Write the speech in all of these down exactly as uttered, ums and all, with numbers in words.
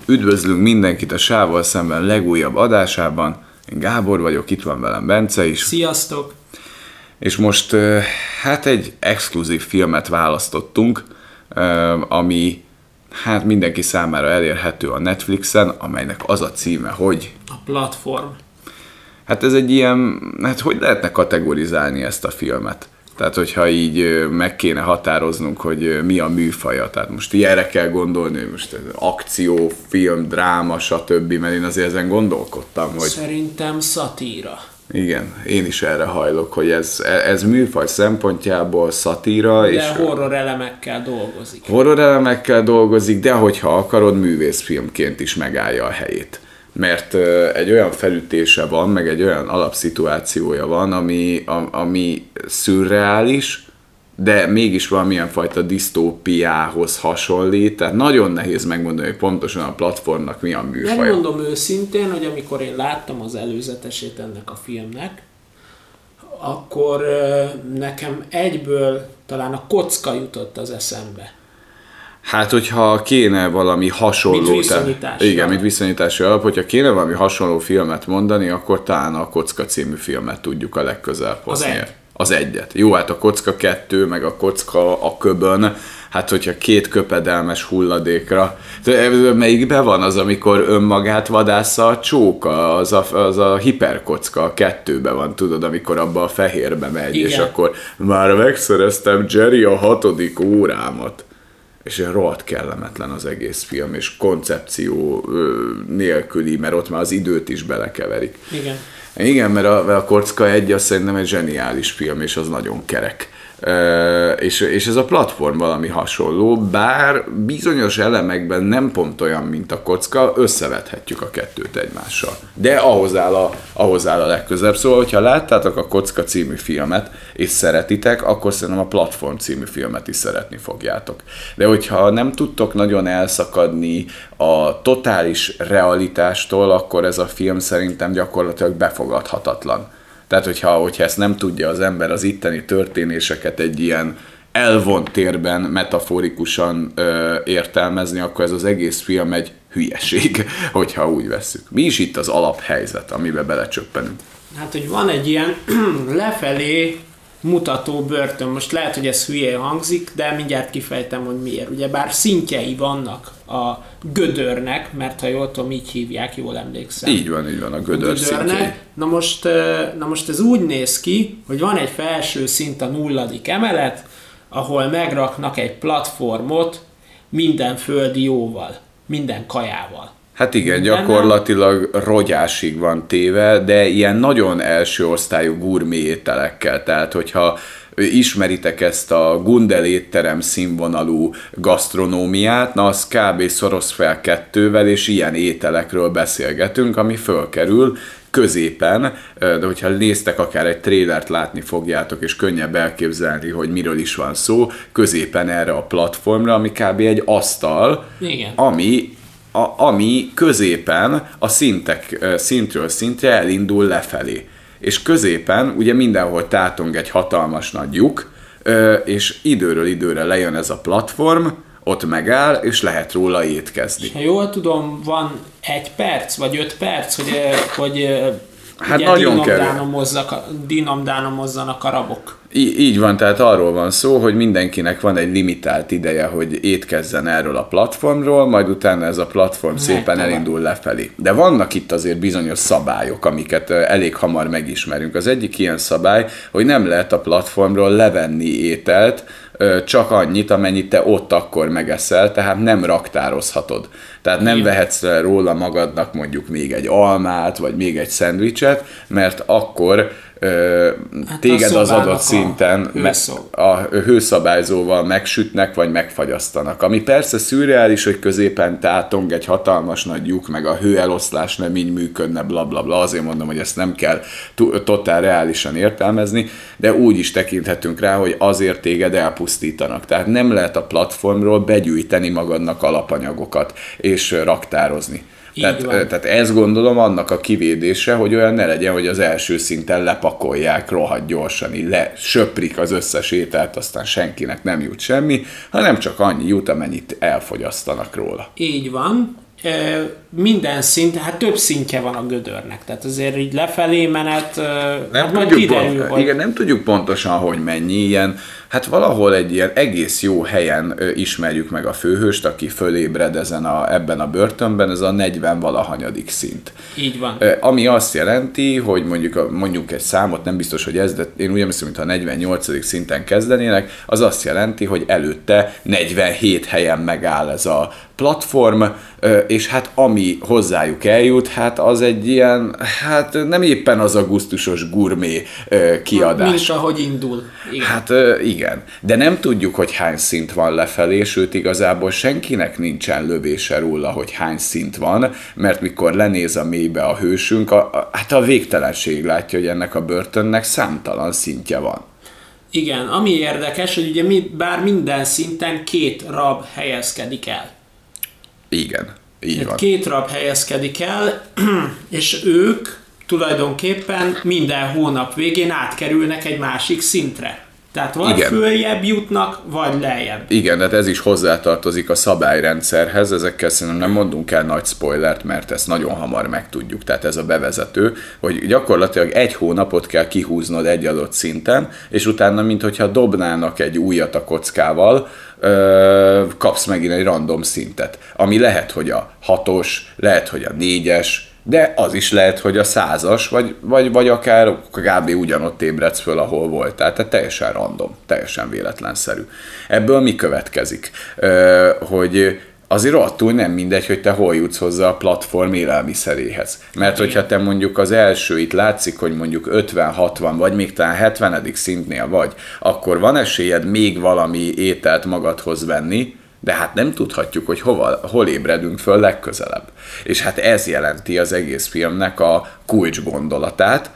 Üdvözlünk mindenkit a Sával szemben legújabb adásában. Én Gábor vagyok, itt van velem Bence is. Sziasztok! És most hát egy exkluzív filmet választottunk, ami hát mindenki számára elérhető a Netflixen, amelynek az a címe, hogy... A Platform. Hát ez egy ilyen, hát hogy lehetne kategorizálni ezt a filmet? Tehát, hogyha így meg kéne határoznunk, hogy mi a műfaja. Tehát most ilyenre kell gondolni, hogy most akció, film, dráma, stb. Mert én azért ezen gondolkodtam, hogy... Szerintem szatíra. Igen, én is erre hajlok, hogy ez, ez műfaj szempontjából szatíra. De és horror elemekkel dolgozik. Horror elemekkel dolgozik, de hogyha akarod, művészfilmként is megállja a helyét. Mert egy olyan felütése van, meg egy olyan alapszituációja van, ami, ami szürreális, de mégis valamilyen fajta disztópiához hasonlít, tehát nagyon nehéz megmondani, hogy pontosan a Platformnak mi a műfaja. Megmondom őszintén, hogy amikor én láttam az előzetesét ennek a filmnek, akkor nekem egyből talán a kocka jutott az eszembe. Hát, hogyha kéne valami hasonló... Mint viszonyítási Igen, alap. mint viszonyítási alap. Hogyha kéne valami hasonló filmet mondani, akkor talán a Kocka című filmet tudjuk a legközelebb hozni. Az egy. Az egyet. Jó, hát a Kocka kettő, meg a Kocka a köbön, hát hogyha két köpedelmes hulladékra... Melyikben van az, amikor önmagát vadásza a csóka, az a, az a hiperkocka, a kettőben van, tudod, amikor abba a fehérbe megy, Igen. és akkor már megszereztem Jerry a hatodik órámat. És ilyen rohadt kellemetlen az egész film, és koncepció nélküli, mert ott már az időt is belekeverik. Igen. Igen, mert a, a Kocka egy az szerintem egy zseniális film, és az nagyon kerek. E, és, és ez a Platform valami hasonló, bár bizonyos elemekben nem pont olyan, mint a Kocka, összevethetjük a kettőt egymással. De ahhoz áll a, ahhoz áll a legközelebb. Szóval, hogyha láttátok a Kocka című filmet, és szeretitek, akkor szerintem a Platform című filmet is szeretni fogjátok. De hogyha nem tudtok nagyon elszakadni a totális realitástól, akkor ez a film szerintem gyakorlatilag befogadhatatlan. Tehát, hogyha, hogyha ezt nem tudja az ember az itteni történéseket egy ilyen elvont térben metaforikusan ö, értelmezni, akkor ez az egész film egy hülyeség, hogyha úgy vesszük. Mi is itt az alaphelyzet, amiben belecsöppenünk? Hát, hogy van egy ilyen lefelé mutató börtön. Most lehet, hogy ez hülye hangzik, de mindjárt kifejtem, hogy miért. Ugyebár szintjei vannak a gödörnek, mert ha jól tudom, így hívják, jól emlékszem. Így van, így van, a gödör szintjei. Na most, na most ez úgy néz ki, hogy van egy felső szint, a nulladik emelet, ahol megraknak egy platformot minden földi jóval, minden kajával. Hát igen, Minden gyakorlatilag rogyásig van téve, de ilyen nagyon első osztályú gurmé ételekkel, tehát hogyha ismeritek ezt a Gundel étterem színvonalú gasztronómiát, na az kb. Szoroz fel kettővel, és ilyen ételekről beszélgetünk, ami fölkerül középen, de hogyha néztek akár egy trélert, látni fogjátok, és könnyebb elképzelni, hogy miről is van szó, középen erre a platformra, ami kb. Egy asztal, Igen. ami A, ami középen a szintek, szintről szintre elindul lefelé. És középen ugye mindenhol tátong egy hatalmas nagy lyuk, és időről időre lejön ez a platform, ott megáll, és lehet róla étkezni. Ha jól tudom, van egy perc, vagy öt perc, hogy, hogy hát nagyon dinamdánomozzanak a rabok. Í- így van, tehát arról van szó, hogy mindenkinek van egy limitált ideje, hogy étkezzen erről a platformról, majd utána ez a platform Ne, szépen tovább. elindul lefelé. De vannak itt azért bizonyos szabályok, amiket elég hamar megismerünk. Az egyik ilyen szabály, hogy nem lehet a platformról levenni ételt, csak annyit, amennyit te ott akkor megeszel, tehát nem raktározhatod. Tehát nem Igen. vehetsz róla magadnak mondjuk még egy almát, vagy még egy szendvicset, mert akkor ö, Hát téged a az adott szobának szinten a me- hőszab- a hőszabályzóval megsütnek, vagy megfagyasztanak. Ami persze szürreális, hogy középen tátong egy hatalmas nagy lyuk, meg a hőeloszlás nem így működne, blablabla. Bla, bla. Azért mondom, hogy ezt nem kell t- totál reálisan értelmezni, de úgy is tekinthetünk rá, hogy azért téged elpusztítanak. Tehát nem lehet a platformról begyűjteni magadnak alapanyagokat, és raktározni. Tehát, tehát ezt gondolom annak a kivédése, hogy olyan ne legyen, hogy az első szinten lepakolják rohadt gyorsan, így lesöprik az összes ételt, aztán senkinek nem jut semmi, hanem csak annyi jut, amennyit elfogyasztanak róla. Így van, minden szint, hát több szintje van a gödörnek, tehát azért így lefelé menet, nem hát tudjuk kiderül, pont, hogy... igen, nem tudjuk pontosan, hogy mennyi ilyen, hát valahol egy ilyen egész jó helyen ismerjük meg a főhőst, aki fölébred ezen a, ebben a börtönben, ez a negyven valahanyadik szint. Így van. Ami azt jelenti, hogy mondjuk mondjuk egy számot, nem biztos, hogy ez, de én úgy emlékszem, mintha a negyvennyolcadik szinten kezdenének, az azt jelenti, hogy előtte negyvenhét helyen megáll ez a platform, és hát ami hozzájuk eljut, hát az egy ilyen, hát nem éppen az a gusztusos gurmé kiadás. Mint ahogy indul. Igen. Hát igen, de nem tudjuk, hogy hány szint van lefelé, sőt igazából senkinek nincsen lövése róla, hogy hány szint van, mert mikor lenéz a mélybe a hősünk, a, a, hát a végtelenség látja, hogy ennek a börtönnek számtalan szintje van. Igen, ami érdekes, hogy ugye mi, bár minden szinten két rab helyezkedik el. Igen, így van. Két rab helyezkedik el, és ők tulajdonképpen minden hónap végén átkerülnek egy másik szintre. Tehát vagy igen. följebb jutnak, vagy lejjebb. Igen, tehát ez is hozzátartozik a szabályrendszerhez, ezekkel szerintem nem mondunk el nagy spoilert, mert ezt nagyon hamar megtudjuk. Tehát ez a bevezető, hogy gyakorlatilag egy hónapot kell kihúznod egy adott szinten, és utána, minthogyha dobnának egy újat a kockával, kapsz megint egy random szintet, ami lehet, hogy a hatos, lehet, hogy a négyes, de az is lehet, hogy a százas, vagy, vagy, vagy akár kb. Ugyanott ébredsz föl, ahol voltál. Tehát teljesen random, teljesen véletlenszerű. Ebből mi következik? Ö, hogy azért rohadtul nem mindegy, hogy te hol jutsz hozzá a platform élelmiszeréhez. Mert hogyha te mondjuk az első itt látszik, hogy mondjuk ötven, hatvan, vagy még talán hetvenedik szintnél vagy, akkor van esélyed még valami ételt magadhoz venni, de hát nem tudhatjuk, hogy hova, hol ébredünk föl legközelebb. És hát ez jelenti az egész filmnek a kulcs gondolatát,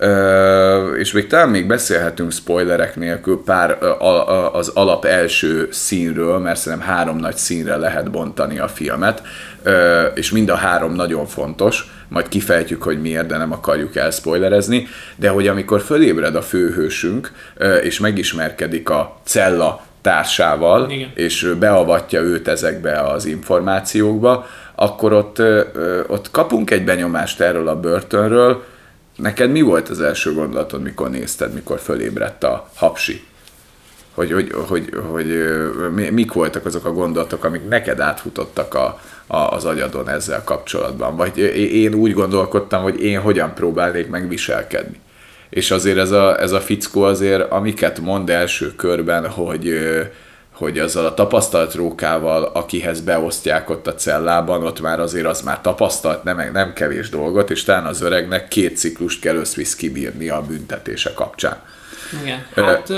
Ö, és még talán még beszélhetünk spoilerek nélkül pár a, a, az alap első színről, mert szerintem három nagy színre lehet bontani a filmet, ö, és mind a három nagyon fontos, majd kifejtjük, hogy miért, de nem akarjuk elspoilerezni, de hogy amikor fölébred a főhősünk, ö, és megismerkedik a cella társával, igen. és beavatja őt ezekbe az információkba, akkor ott, ott kapunk egy benyomást erről a börtönről. Neked mi volt az első gondolatod, mikor nézted, mikor fölébredt a hapsi? Hogy, hogy, hogy, hogy mik voltak azok a gondolatok, amik neked átfutottak a, a, az agyadon ezzel kapcsolatban? Vagy én úgy gondolkodtam, hogy én hogyan próbálnék megviselkedni. És azért ez a, ez a fickó azért, amiket mond első körben, hogy, hogy azzal a tapasztalt rókával, akihez beosztják ott a cellában, ott már azért az már tapasztalt, nem, nem kevés dolgot, és talán az öregnek két ciklust kell összvisz kibírni a büntetése kapcsán. Igen, hát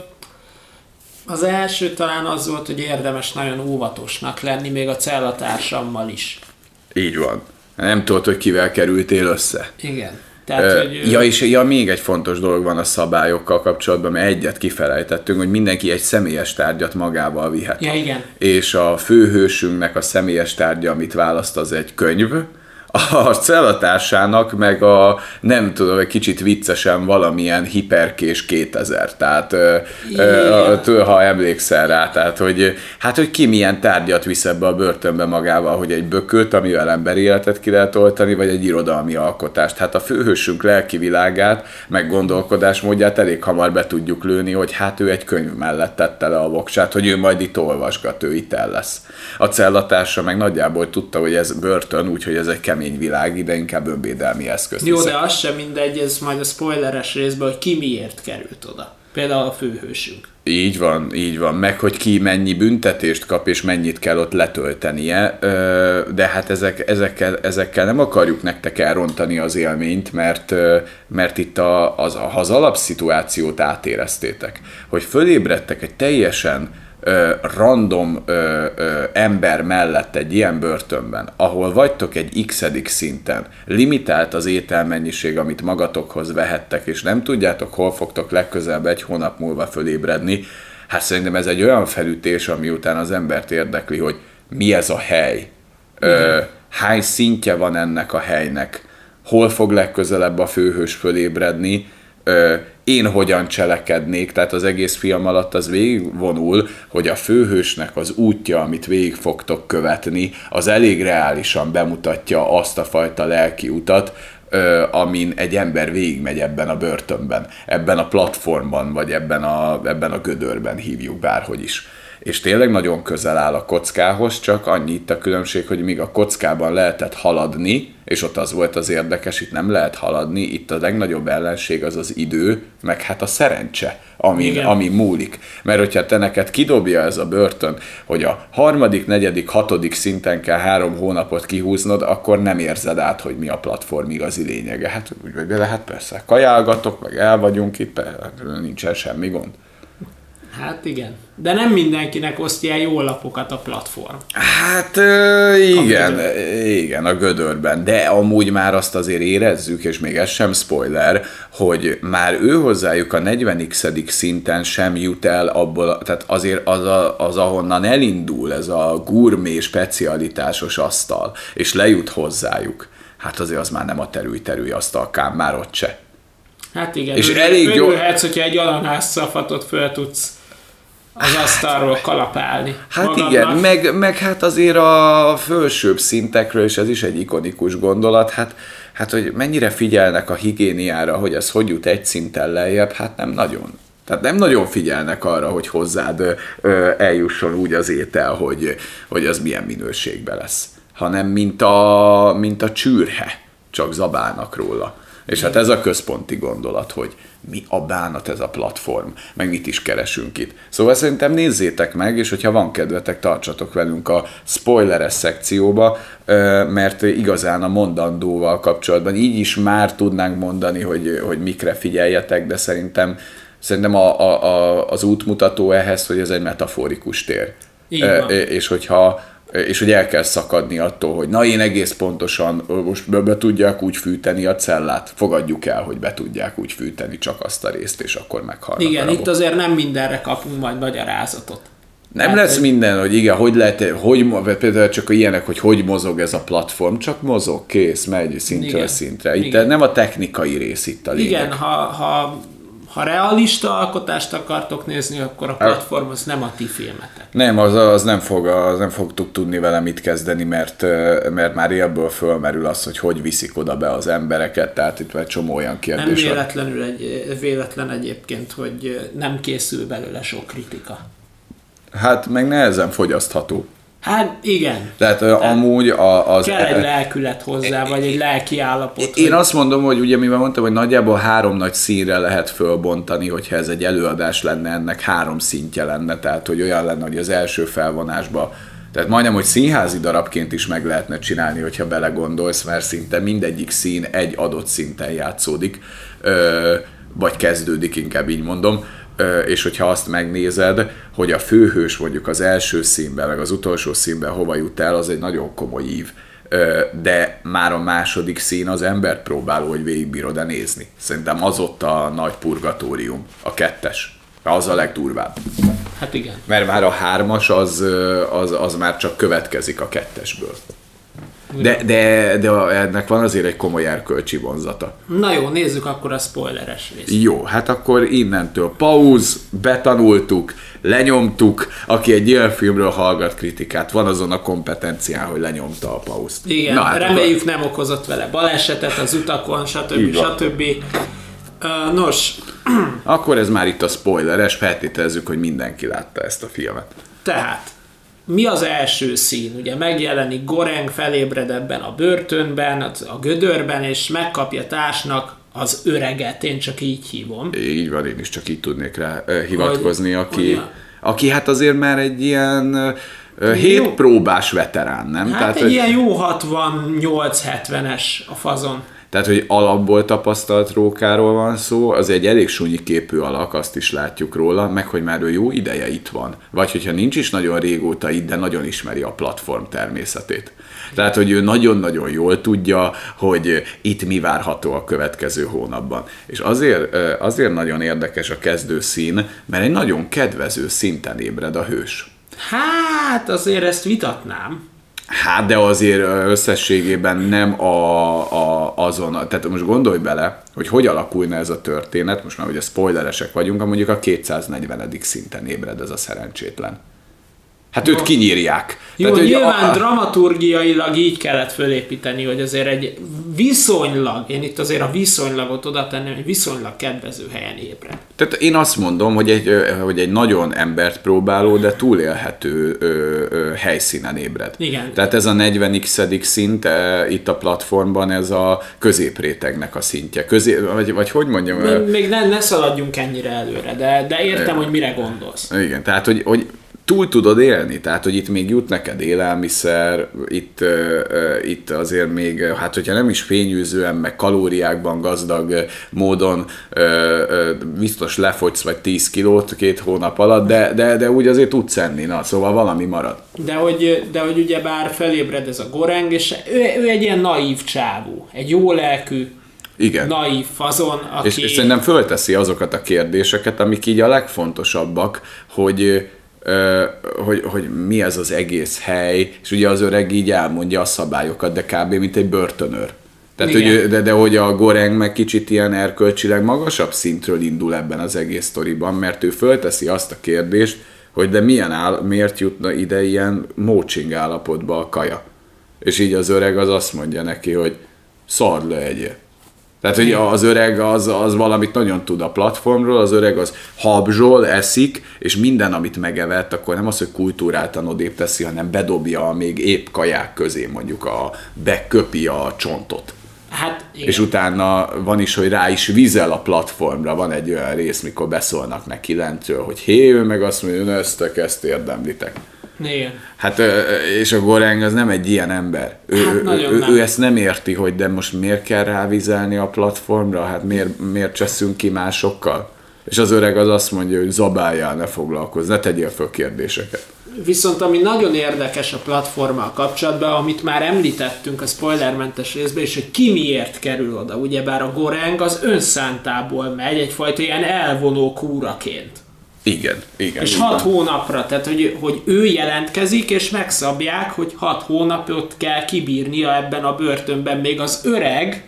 az első talán az volt, hogy érdemes nagyon óvatosnak lenni, még a cellatársammal is. Így van. Nem tudod, hogy kivel kerültél össze. Igen. Tehát, hogy... Ja, és ja, még egy fontos dolog van a szabályokkal kapcsolatban, mert egyet kifelejtettünk, hogy mindenki egy személyes tárgyat magával vihet. Ja, igen. És a főhősünknek a személyes tárgya, amit választ, az egy könyv, a cellatársának meg a, nem tudom, egy kicsit viccesen valamilyen hiperkés kétezer, tehát yeah. ha emlékszel rá, tehát hogy, hát, hogy ki milyen tárgyat visz ebbe a börtönbe magával, hogy egy bököt, amivel emberi életet ki lehet oltani, vagy egy irodalmi alkotást. Hát a főhősünk lelki világát, meg gondolkodásmódját elég hamar be tudjuk lőni, hogy hát ő egy könyv mellett tette le a voksát, hogy ő majd itt olvasgat, ő itt el lesz. A cellatársa meg nagyjából tudta, hogy ez börtön, úgyhogy ez egy kemény világ, de inkább önvédelmi eszközt. Jó, hiszem. De az sem mindegy, ez majd a spoileres részben, hogy ki miért került oda. Például a főhősünk. Így van, így van. Meg, hogy ki mennyi büntetést kap, és mennyit kell ott letöltenie, de hát ezek, ezekkel, ezekkel nem akarjuk nektek elrontani az élményt, mert, mert itt a, az, az alapszituációt átéreztétek. Hogy fölébredtek egy teljesen random ö, ö, ember mellett egy ilyen börtönben, ahol vagytok egy x-edik szinten, limitált az ételmennyiség, amit magatokhoz vehettek, és nem tudjátok, hol fogtok legközelebb egy hónap múlva fölébredni, hát szerintem ez egy olyan felütés, ami után az embert érdekli, hogy mi ez a hely, ö, hány szintje van ennek a helynek, hol fog legközelebb a főhős fölébredni, ö, én hogyan cselekednék, tehát az egész film alatt az végigvonul, hogy a főhősnek az útja, amit végig fogtok követni, az elég reálisan bemutatja azt a fajta lelki utat, amin egy ember végigmegy ebben a börtönben, ebben a platformban, vagy ebben a, ebben a gödörben, hívjuk bárhogy is. És tényleg nagyon közel áll a kockához, csak annyi itt a különbség, hogy míg a kockában lehetett haladni, és ott az volt az érdekes, itt nem lehet haladni, itt a legnagyobb ellenség az az idő, meg hát a szerencse, ami, ami múlik. Mert hogyha te neked kidobja ez a börtön, hogy a harmadik, negyedik, hatodik szinten kell három hónapot kihúznod, akkor nem érzed át, hogy mi a platform igazi lényege. Hát úgy vagy bele, hát persze, kajálgatok, meg el vagyunk itt, nincsen semmi gond. Hát igen. De nem mindenkinek osztja jó lapokat a platform. Hát igen, a igen, a gödörben. De amúgy már azt azért érezzük, és még ez sem spoiler, hogy már ő hozzájuk a negyvenik szinten sem jut el abból, tehát azért az, a, az ahonnan elindul ez a gurmé specialitásos asztal, és lejut hozzájuk. Hát azért az már nem a terülj-terülj asztalkán, már ott se. Hát igen, és örül, elég örülhetsz, hogyha egy ananásszafatot föl tudsz az asztalról kalapálni. Hát magadnak. Igen, meg, meg hát azért a felsőbb szintekről, és ez is egy ikonikus gondolat, hát, hát hogy mennyire figyelnek a higiéniára, hogy ez hogy jut egy szinten lejjebb, hát nem nagyon. Tehát nem nagyon figyelnek arra, hogy hozzád ö, eljusson úgy az étel, hogy, hogy az milyen minőségben lesz, hanem mint a, mint a csürhe, csak zabálnak róla. És hát ez a központi gondolat, hogy mi a bánat ez a platform, meg mit is keresünk itt. Szóval szerintem nézzétek meg, és hogyha van kedvetek, tartsatok velünk a spoileres szekcióba, mert igazán a mondandóval kapcsolatban így is már tudnánk mondani, hogy, hogy mikre figyeljetek, de szerintem, szerintem a, a, a, az útmutató ehhez, hogy ez egy metaforikus tér. És hogyha és hogy el kell szakadni attól, hogy na én egész pontosan most be, be tudják úgy fűteni a cellát, fogadjuk el, hogy be tudják úgy fűteni csak azt a részt, és akkor meghalnak. Igen, darabok. Itt azért nem mindenre kapunk majd magyarázatot. Nem hát, lesz hogy... minden, hogy igen, hogy lehet, hogy, például csak ilyenek, hogy hogy mozog ez a platform, csak mozog, kész, megy szintről igen. szintre. Itt igen. nem a technikai rész itt a lényeg. Igen, ha, ha Ha realista alkotást akartok nézni, akkor a platform az nem a ti filmetek. Nem, az, az nem, fog, az nem fogtuk tudni vele mit kezdeni, mert, mert már ebből fölmerül az, hogy hogy viszik oda be az embereket, tehát itt egy csomó olyan kérdés. Nem véletlenül egy, véletlen egyébként, hogy nem készül belőle sok kritika. Hát meg nehezen fogyasztható. Hát igen. Tehát, Tehát amúgy a, az... Kell egy lelkület hozzá, vagy egy lelki állapot. Én hogy... azt mondom, hogy ugye mivel mondtam, hogy nagyjából három nagy színre lehet fölbontani, hogyha ez egy előadás lenne, ennek három szintje lenne, tehát hogy olyan lenne, hogy az első felvonásban, tehát majdnem, hogy színházi darabként is meg lehetne csinálni, hogyha belegondolsz, mert szinte mindegyik szín egy adott szinten játszódik, vagy kezdődik, inkább így mondom. És hogyha azt megnézed, hogy a főhős mondjuk az első színben, meg az utolsó színben hova jut el, az egy nagyon komoly ív. De már a második szín az embert próbáló, hogy végigbírod-e nézni. Szerintem az ott a nagy purgatórium, a kettes. Az a legdurvább. Hát igen. Mert már a hármas az, az, az már csak következik a kettesből. De, de, de ennek van azért egy komoly erkölcsi vonzata. Na jó, nézzük akkor a spoileres részt. Jó, hát akkor innentől pauz, betanultuk, lenyomtuk. Aki egy ilyen filmről hallgat kritikát, van azon a kompetencián, hogy lenyomta a pauzt. Igen, na, hát reméljük akkor... nem okozott vele balesetet az utakon, stb. stb. Uh, nos. Akkor ez már itt a spoileres, feltételezzük, hogy mindenki látta ezt a filmet. Tehát. Mi az első szín? Ugye megjelenik Goreng, felébred ebben a börtönben, a gödörben, és megkapja társnak az öreget, én csak így hívom. Így van, én is csak így tudnék rá hivatkozni, hogy, aki, hogy aki hát azért már egy ilyen hét próbás veterán, nem? Hát Tehát, egy hogy... ilyen jó hatvannyolc hetvenes a fazon. Tehát, hogy alapból tapasztalt rókáról van szó, az egy elég súnyi képű alak, azt is látjuk róla, meg hogy már ő jó ideje itt van. Vagy hogyha nincs is nagyon régóta itt, de nagyon ismeri a platform természetét. Tehát, hogy ő nagyon-nagyon jól tudja, hogy itt mi várható a következő hónapban. És azért, azért nagyon érdekes a kezdő szín, mert egy nagyon kedvező szinten ébred a hős. Hát, azért ezt vitatnám. Hát, de azért összességében nem a, a, azon, tehát most gondolj bele, hogy hogy alakulna ez a történet, most már ugye spoileresek vagyunk, mondjuk a kétszáznegyvenedik szinten ébred ez a szerencsétlen. Hát jó. Őt kinyírják. Jó, tehát, nyilván a... dramaturgiailag így kellett fölépíteni, hogy azért egy viszonylag, én itt azért a viszonylagot oda tenném, egy viszonylag kedvező helyen ébred. Tehát én azt mondom, hogy egy, hogy egy nagyon embert próbáló, de túlélhető ö, ö, helyszínen ébred. Igen. Tehát ez a negyven x-edik szint e, itt a platformban, ez a középrétegnek a szintje. Közé, vagy, vagy hogy mondjam? Még, még ne, ne szaladjunk ennyire előre, de, de értem, é. hogy mire gondolsz. Igen, tehát hogy, hogy túl tudod élni, tehát hogy itt még jut neked élelmiszer, itt, uh, itt azért még, hát hogyha nem is fényűzően, meg kalóriákban gazdag módon uh, uh, biztos lefogysz vagy tíz kilót két hónap alatt, de, de, de úgy azért tudsz enni, na, szóval valami marad. De hogy, de hogy ugye bár felébred ez a Goreng, és ő, ő egy ilyen naív csávó, egy jó lelkű, igen. naív fazon, aki... És, és szerintem fölteszi azokat a kérdéseket, amik így a legfontosabbak, hogy Hogy, hogy mi ez az egész hely, és ugye az öreg így elmondja a szabályokat, de kb. Mint egy börtönőr. Tehát, hogy, de, de hogy a Goreng meg kicsit ilyen erkölcsileg magasabb szintről indul ebben az egész sztoriban, mert ő fölteszi azt a kérdést, hogy de milyen áll, miért jutna ide ilyen mócsing állapotba a kaja. És így az öreg az azt mondja neki, hogy szard le egyél. Tehát, hogy az öreg az, az valamit nagyon tud a platformról, az öreg az habzsol, eszik, és minden, amit megevett, akkor nem az, hogy kultúráltan odébb teszi, hanem bedobja a még épp kaják közé, mondjuk a, beköpi a csontot. Hát, igen. És utána van is, hogy rá is vizel a platformra, van egy olyan rész, mikor beszólnak neki lentről, hogy hé, ő meg azt mondja, önöztek, ezt érdemlitek. Igen. Hát, és a Goreng az nem egy ilyen ember. Ő, hát ő, ő, ő ezt nem érti, hogy de most miért kell rávizelni a platformra, hát miért, miért cseszünk ki másokkal? És az öreg az azt mondja, hogy zabáljál, ne foglalkozz, ne tegyél föl kérdéseket. Viszont ami nagyon érdekes a platformmal kapcsolatban, amit már említettünk a spoilermentes részben, és hogy ki miért kerül oda. Ugyebár a Goreng az önszántából megy, egyfajta ilyen elvonó kúraként. Igen, igen. És igen. hat hónapra, tehát hogy, hogy ő jelentkezik, és megszabják, hogy hat hónapot kell kibírnia ebben a börtönben. Még az öreg,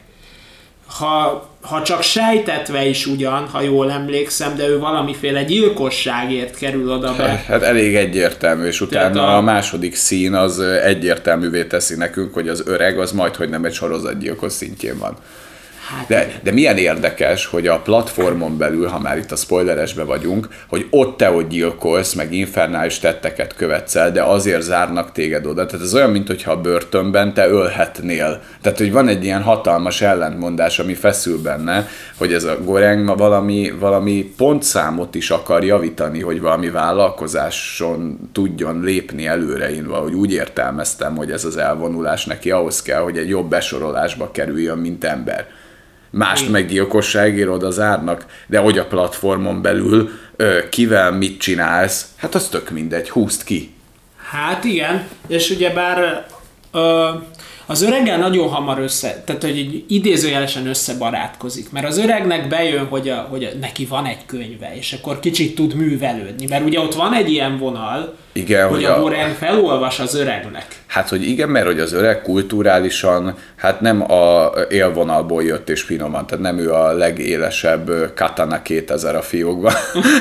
ha, ha csak sejtetve is ugyan, ha jól emlékszem, de ő valamiféle gyilkosságért kerül oda be. Hát elég egyértelmű, és utána a... a második szín az egyértelművé teszi nekünk, hogy az öreg az majdhogy nem egy sorozatgyilkos szintjén van. Hát de, de milyen érdekes, hogy a platformon belül, ha már itt a spoileresbe vagyunk, hogy ott te ott gyilkolsz, meg infernális tetteket követsz el, de azért zárnak téged oda. Tehát ez olyan, mintha a börtönben te ölhetnél. Tehát, hogy van egy ilyen hatalmas ellentmondás, ami feszül benne, hogy ez a Goreng ma valami, valami pontszámot is akar javítani, hogy valami vállalkozáson tudjon lépni előre. Én valahogy úgy értelmeztem, hogy ez az elvonulás neki ahhoz kell, hogy egy jobb besorolásba kerüljön, mint ember. Mást meg gyilkosságért oda zárnak, de hogy a platformon belül ö, kivel mit csinálsz, hát az tök mindegy, húzd ki. Hát igen, és ugyebár ö, az öreggel nagyon hamar össze, tehát hogy idézőjelesen összebarátkozik, mert az öregnek bejön, hogy, a, hogy a, neki van egy könyve, és akkor kicsit tud művelődni, mert ugye ott van egy ilyen vonal, igen, hogy, hogy a Goreng felolvas az öregnek. Hát, hogy igen, mert hogy az öreg kulturálisan, hát nem a élvonalból jött és finoman, tehát nem ő a legélesebb Katana kétezer a fiókban,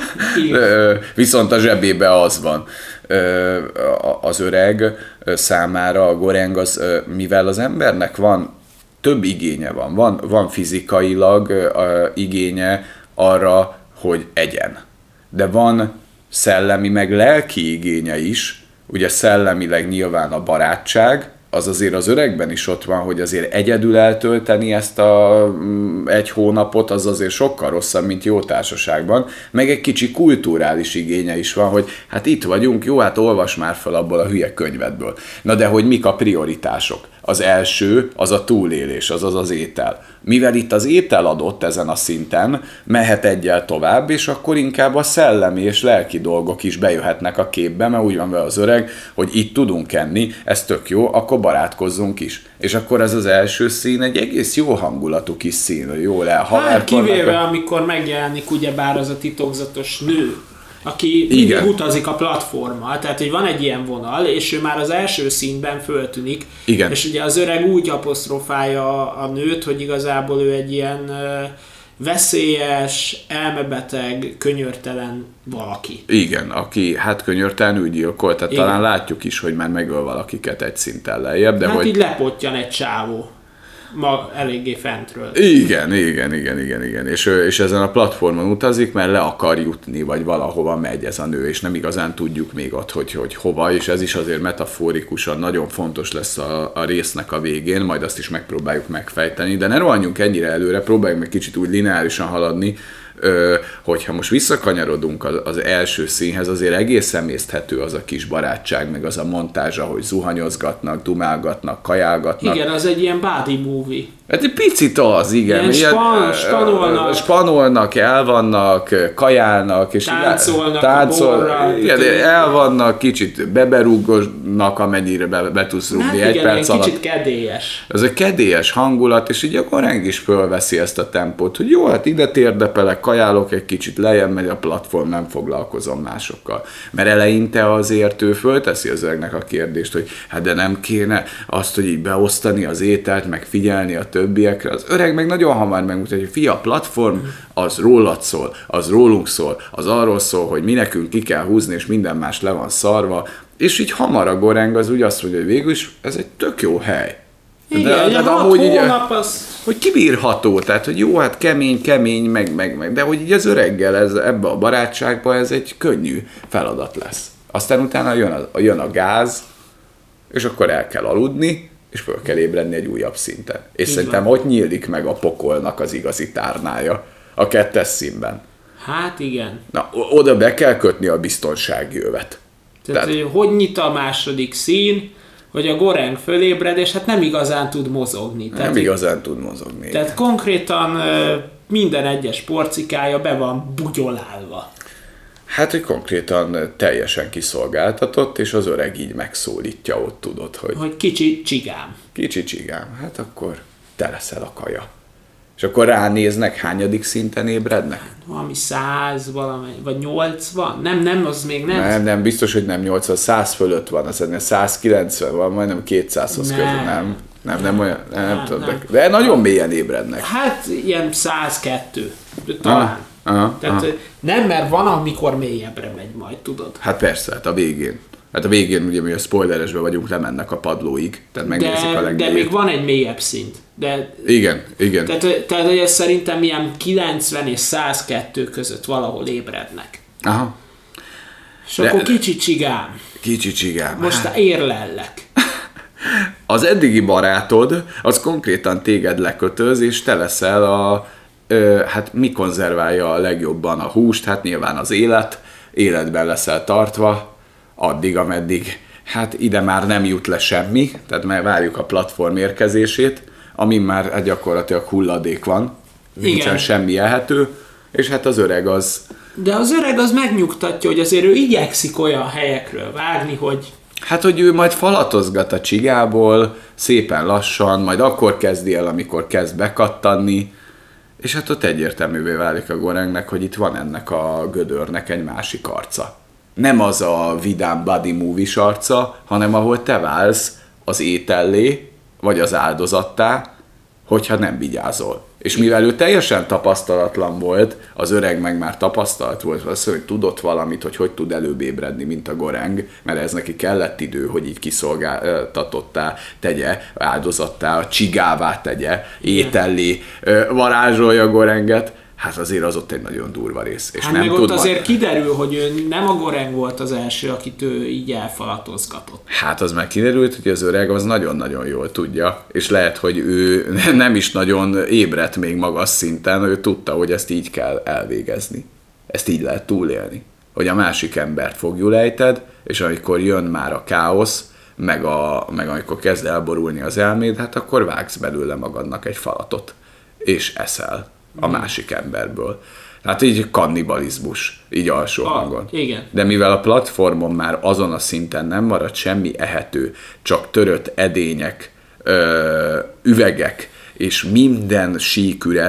viszont a zsebébe az van. Az öreg számára a Goreng az, mivel az embernek van, több igénye van, van, van fizikailag igénye arra, hogy egyen. De van szellemi meg lelki igénye is, ugye szellemileg nyilván a barátság, az azért az öregben is ott van, hogy azért egyedül eltölteni ezt a egy hónapot, az azért sokkal rosszabb, mint jó társaságban, meg egy kicsi kulturális igénye is van, hogy hát itt vagyunk, jó, hát olvas már fel abból a hülye könyvedből. Na de hogy mik a prioritások? Az első, az a túlélés, azaz az étel. Mivel itt az étel adott ezen a szinten, mehet egyel tovább, és akkor inkább a szellemi és lelki dolgok is bejöhetnek a képbe, mert úgy van vele az öreg, hogy itt tudunk enni, ez tök jó, akkor barátkozzunk is. És akkor ez az első szín egy egész jó hangulatú kis szín, jól elhaverkodnak. Hát kivéve, amikor megjelenik ugyebár az a titokzatos nő, aki mindig utazik a platformmal, tehát hogy van egy ilyen vonal, és ő már az első színben föltűnik, igen. És ugye az öreg úgy apostrofálja a nőt, hogy igazából ő egy ilyen veszélyes, elmebeteg, könyörtelen valaki. Igen, aki hát könyörtelenül gyilkol, tehát igen. Talán látjuk is, hogy már megöl valakiket egy szinten lejjebb. De hát hogy... így lepottyan egy csávó. Ma eléggé fentről. Igen, igen, igen, igen, igen. És, és ezen a platformon utazik, mert le akar jutni, vagy valahova megy ez a nő, és nem igazán tudjuk még ott, hogy, hogy hova, és ez is azért metaforikusan nagyon fontos lesz a, a résznek a végén, majd azt is megpróbáljuk megfejteni, de ne rohanjunk ennyire előre, próbáljuk meg kicsit úgy lineárisan haladni, Ö, hogyha most visszakanyarodunk az, az első színhez, azért egész emészthető az a kis barátság, meg az a montázs, ahogy zuhanyozgatnak, dumálgatnak, kajálgatnak. Igen, az egy ilyen body movie. Hát egy picit az, igen. Ilyen span, spanolnak. Spanolnak, elvannak, kajálnak, és táncolnak, táncol, borra, igen, elvannak, kicsit beberúgnak, amennyire be, be tudsz rúgni hát egy igen, perc alatt. Kicsit kedélyes. Ez egy kedélyes hangulat, és így a Goreng is fölveszi ezt a tempót, hogy jó, hát ide térdepelek, kajálok egy kicsit lejjebb, megy a platform, nem foglalkozom másokkal. Mert eleinte azért ő fölteszi az öregnek a kérdést, hogy hát de nem kéne azt, hogy így beosztani az ételt, meg figyelni a többiekre. Az öreg meg nagyon hamar megmutatja, hogy fia, a platform az rólad szól, az rólunk szól, az arról szól, hogy mi nekünk ki kell húzni, és minden más le van szarva. És így hamar a Goreng az úgy azt mondja, hogy végül is ez egy tök jó hely. Igen, de, de, de amúgy így, az... hogy kibírható, tehát hogy jó, hát kemény, kemény, meg, meg, meg, de hogy így az öreggel ez, ebbe a barátságba ez egy könnyű feladat lesz. Aztán utána jön a, jön a gáz, és akkor el kell aludni, és föl kell ébredni egy újabb szinten. És így szerintem van. Ott nyílik meg a pokolnak az igazi tárnája a kettes színben. Hát igen. Na, oda be kell kötni a biztonsági övet. Tehát, Tehát hogy, hogy nyit a második szín, hogy a Goreng fölébred, és hát nem igazán tud mozogni. Nem tehát, igazán tud mozogni. Tehát konkrétan minden egyes porcikája be van bugyolálva. Hát, hogy konkrétan teljesen kiszolgáltatott, és az öreg így megszólítja, ott tudod, hogy... Hogy kicsi csigám. Kicsi csigám, hát akkor te leszel a kaja. És akkor ránéznek, hányadik szinten ébrednek? Valami száz, valami, vagy nyolcvan? Nem, nem, az még nem. Nem, nem, biztos, hogy nem nyolcvan, száz fölött van, az ennél száz kilencven van, majdnem kétszázhoz közül, nem. Nem, nem olyan, nem, nem, nem tudom, de, de nagyon mélyen ébrednek. Hát ilyen száz kettő, talán. Aha, aha, Tehát aha. Nem, mert van, amikor mélyebbre megy majd, tudod. Hát persze, hát a végén. Hát a végén, ugye mi a spoileresben vagyunk, lemennek a padlóig, tehát megnézik de, a legmélyebb. De még van egy mélyebb szint. De, igen, igen. Tehát, tehát hogy ez szerintem ilyen kilencven és száz kettő között valahol ébrednek. Aha. És de, akkor kicsi csigám. Kicsi csigám. Most hát. Érlellek. Az eddigi barátod, az konkrétan téged lekötöz, és te leszel a, ö, hát mi konzerválja a legjobban a húst, hát nyilván az élet, életben leszel tartva, addig, ameddig, hát ide már nem jut le semmi, tehát már várjuk a platform érkezését, amin már hát gyakorlatilag hulladék van, nincsen semmi ehető, és hát az öreg az... De az öreg az megnyugtatja, hogy azért ő igyekszik olyan helyekről vágni, hogy... Hát, hogy ő majd falatozgat a csigából, szépen lassan, majd akkor kezdi el, amikor kezd bekattanni, és hát ott egyértelművé válik a Gorengnek, hogy itt van ennek a gödörnek egy másik arca. Nem az a vidám body movie-s arca, hanem ahol te válsz az étellé, vagy az áldozattá, hogyha nem vigyázol. És mivel ő teljesen tapasztalatlan volt, az öreg meg már tapasztalt volt, az, hogy tudott valamit, hogy hogy tud előbb ébredni, mint a Goreng, mert ez neki kellett idő, hogy így kiszolgáltatottá tegye, áldozattá, csigává tegye, étellé varázsolja a Gorenget. Hát azért az ott egy nagyon durva rész. És hát nem meg tud ott azért majd... kiderül, hogy ő nem a Goreng volt az első, akit ő így elfalatozgatott. Hát az meg kiderült, hogy az öreg az nagyon-nagyon jól tudja, és lehet, hogy ő nem is nagyon ébredt még magas szinten, ő tudta, hogy ezt így kell elvégezni. Ezt így lehet túlélni. Hogy a másik embert fogjul ejted, és amikor jön már a káosz, meg, a, meg amikor kezd elborulni az elméd, hát akkor vágsz belőle magadnak egy falatot, és eszel a másik emberből. Hát így kannibalizmus, így alsó ah, hangon. Igen. De mivel a platformon már azon a szinten nem marad semmi ehető, csak törött edények, ö, üvegek, és minden sík üres,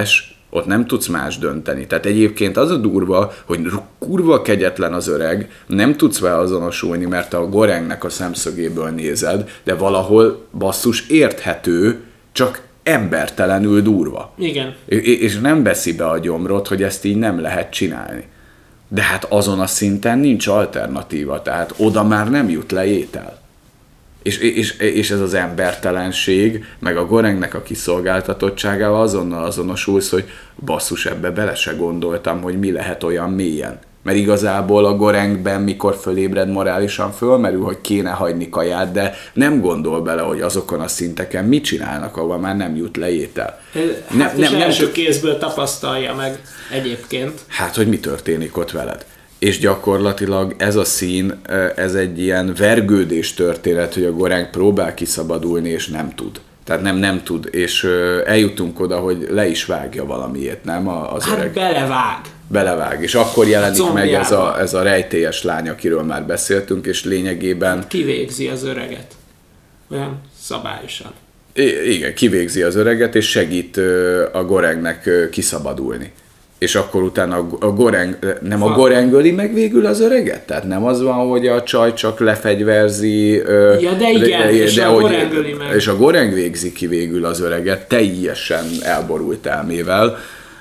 Ott nem tudsz más dönteni. Tehát egyébként az a durva, hogy kurva kegyetlen az öreg, nem tudsz vele azonosulni, mert a Gorengnek a szemszögéből nézed, de valahol basszus érthető, csak embertelenül durva. Igen. És nem veszi be a gyomrot, hogy ezt így nem lehet csinálni. De hát azon a szinten nincs alternatíva, tehát oda már nem jut le étel. És, és, és ez az embertelenség, meg a Gorengnek a kiszolgáltatottságával azonnal azonosulsz, hogy basszus, ebbe bele se gondoltam, hogy mi lehet olyan mélyen. Mert igazából a Gorengben, mikor fölébred, morálisan fölmerül, hogy kéne hagyni kaját, de nem gondol bele, hogy azokon a szinteken mit csinálnak, ahol már nem jut le étel. Hát nem, és nem, első nem... kézből tapasztalja meg egyébként. Hát, hogy mi történik ott veled. És gyakorlatilag ez a szín, ez egy ilyen vergődés történet, hogy a Goreng próbál kiszabadulni, és nem tud. Tehát nem, nem tud, és eljutunk oda, hogy le is vágja valamiért, nem az hát öreg? belevág. Belevág, és akkor jelenik meg ez a, ez a rejtélyes lány, akiről már beszéltünk, és lényegében... Kivégzi az öreget. Olyan szabályosan. I- igen, kivégzi az öreget, és segít a Gorengnek kiszabadulni. És akkor utána a Goreng, nem a Goreng öli meg végül az öreget? Tehát nem az van, hogy a csaj csak lefegyverzi... Ja, de igen, de, és de, a Goreng öli meg. És a Goreng végzi ki végül az öreget, teljesen elborult elmével,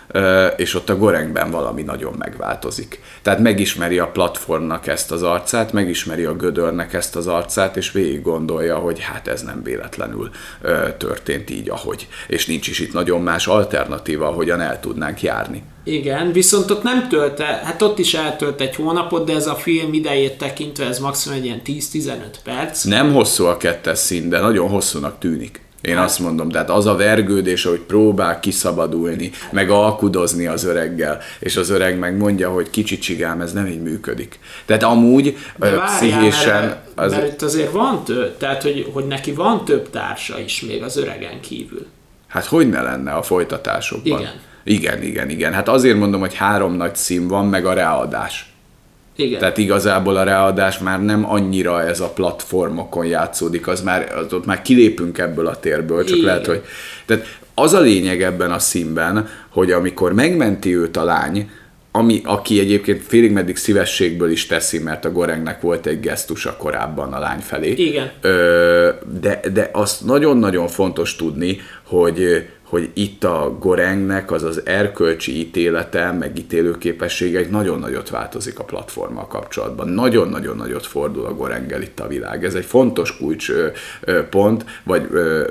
és ott a Gorengben valami nagyon megváltozik. Tehát megismeri a platformnak ezt az arcát, megismeri a gödörnek ezt az arcát, és végig gondolja, hogy hát ez nem véletlenül történt így, ahogy. És nincs is itt nagyon más alternatíva, ahogyan el tudnánk járni. Igen, viszont ott nem tölt el, hát ott is eltölt egy hónapot, de ez a film idejét tekintve ez maximum egy ilyen tíz-tizenöt perc. Nem hosszú a kettes szín, de nagyon hosszúnak tűnik. Én hát. azt mondom, tehát az a vergődés, hogy próbál kiszabadulni, meg alkudozni az öreggel, és az öreg meg mondja, hogy kicsi csigám, ez nem így működik. Tehát amúgy pszichésen... Mert, az... mert itt azért van több, tehát hogy, hogy neki van több társa is még az öregen kívül. Hát hogy ne lenne a folytatásokban? Igen. Igen, igen, igen. Hát azért mondom, hogy három nagy szín van, meg a ráadás. Igen. Tehát igazából a ráadás már nem annyira ez a platformokon játszódik, az már, az ott már kilépünk ebből a térből, csak igen. lehet, hogy... Tehát az a lényeg ebben a színben, hogy amikor megmenti őt a lány, ami, aki egyébként félig meddig szívességből is teszi, mert a Gorengnek volt egy gesztusa korábban a lány felé. Igen. Ö, de, de azt nagyon-nagyon fontos tudni, hogy hogy itt a Gorengnek az az erkölcsi ítélete, megítélő képessége egy nagyon nagyot változik a platformmal kapcsolatban. Nagyon-nagyon nagyot fordul a Gorenggel itt a világ. Ez egy fontos kulcspont, vagy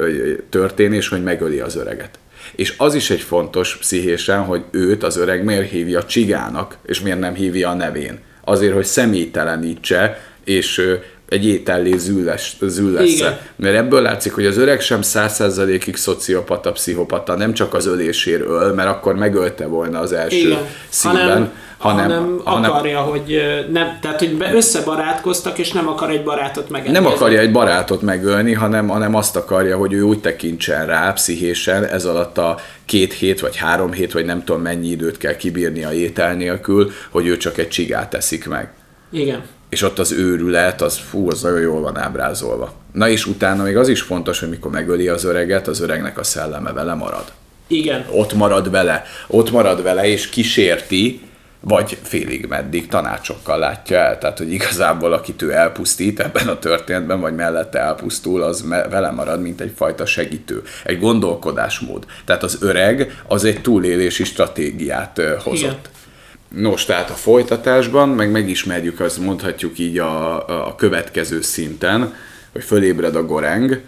történés, hogy megöli az öreget. És az is egy fontos pszichésen, hogy őt az öreg miért hívja csigának, és miért nem hívja a nevén. Azért, hogy személytelenítse, és egy étellé züllesz-e. Mert ebből látszik, hogy az öreg sem száz százalékig szociopata, pszichopata, nem csak az ölésér öl, mert akkor megölte volna az első igen. színben, hanem, hanem, hanem, hanem akarja, hogy nem, tehát hogy összebarátkoztak, és nem akar egy barátot megölni. Nem akarja egy barátot megölni, hanem, hanem azt akarja, hogy ő úgy tekintsen rá pszichésen, ez alatt a két hét, vagy három hét, vagy nem tudom mennyi időt kell kibírni a étel nélkül, hogy ő csak egy csigát teszik meg. Igen. És ott az őrület, az fú, az nagyon jól van ábrázolva. Na és utána még az is fontos, hogy mikor megöli az öreget, az öregnek a szelleme vele marad. Igen. Ott marad vele, ott marad vele, és kísérti, vagy félig meddig tanácsokkal látja el. Tehát, hogy igazából akit ő elpusztít ebben a történetben, vagy mellette elpusztul, az vele marad, mint egyfajta segítő. Egy gondolkodásmód. Tehát az öreg az egy túlélési stratégiát hozott. Igen. Nos, tehát a folytatásban, meg megismerjük, azt mondhatjuk így a, a következő szinten, hogy fölébred a Goreng,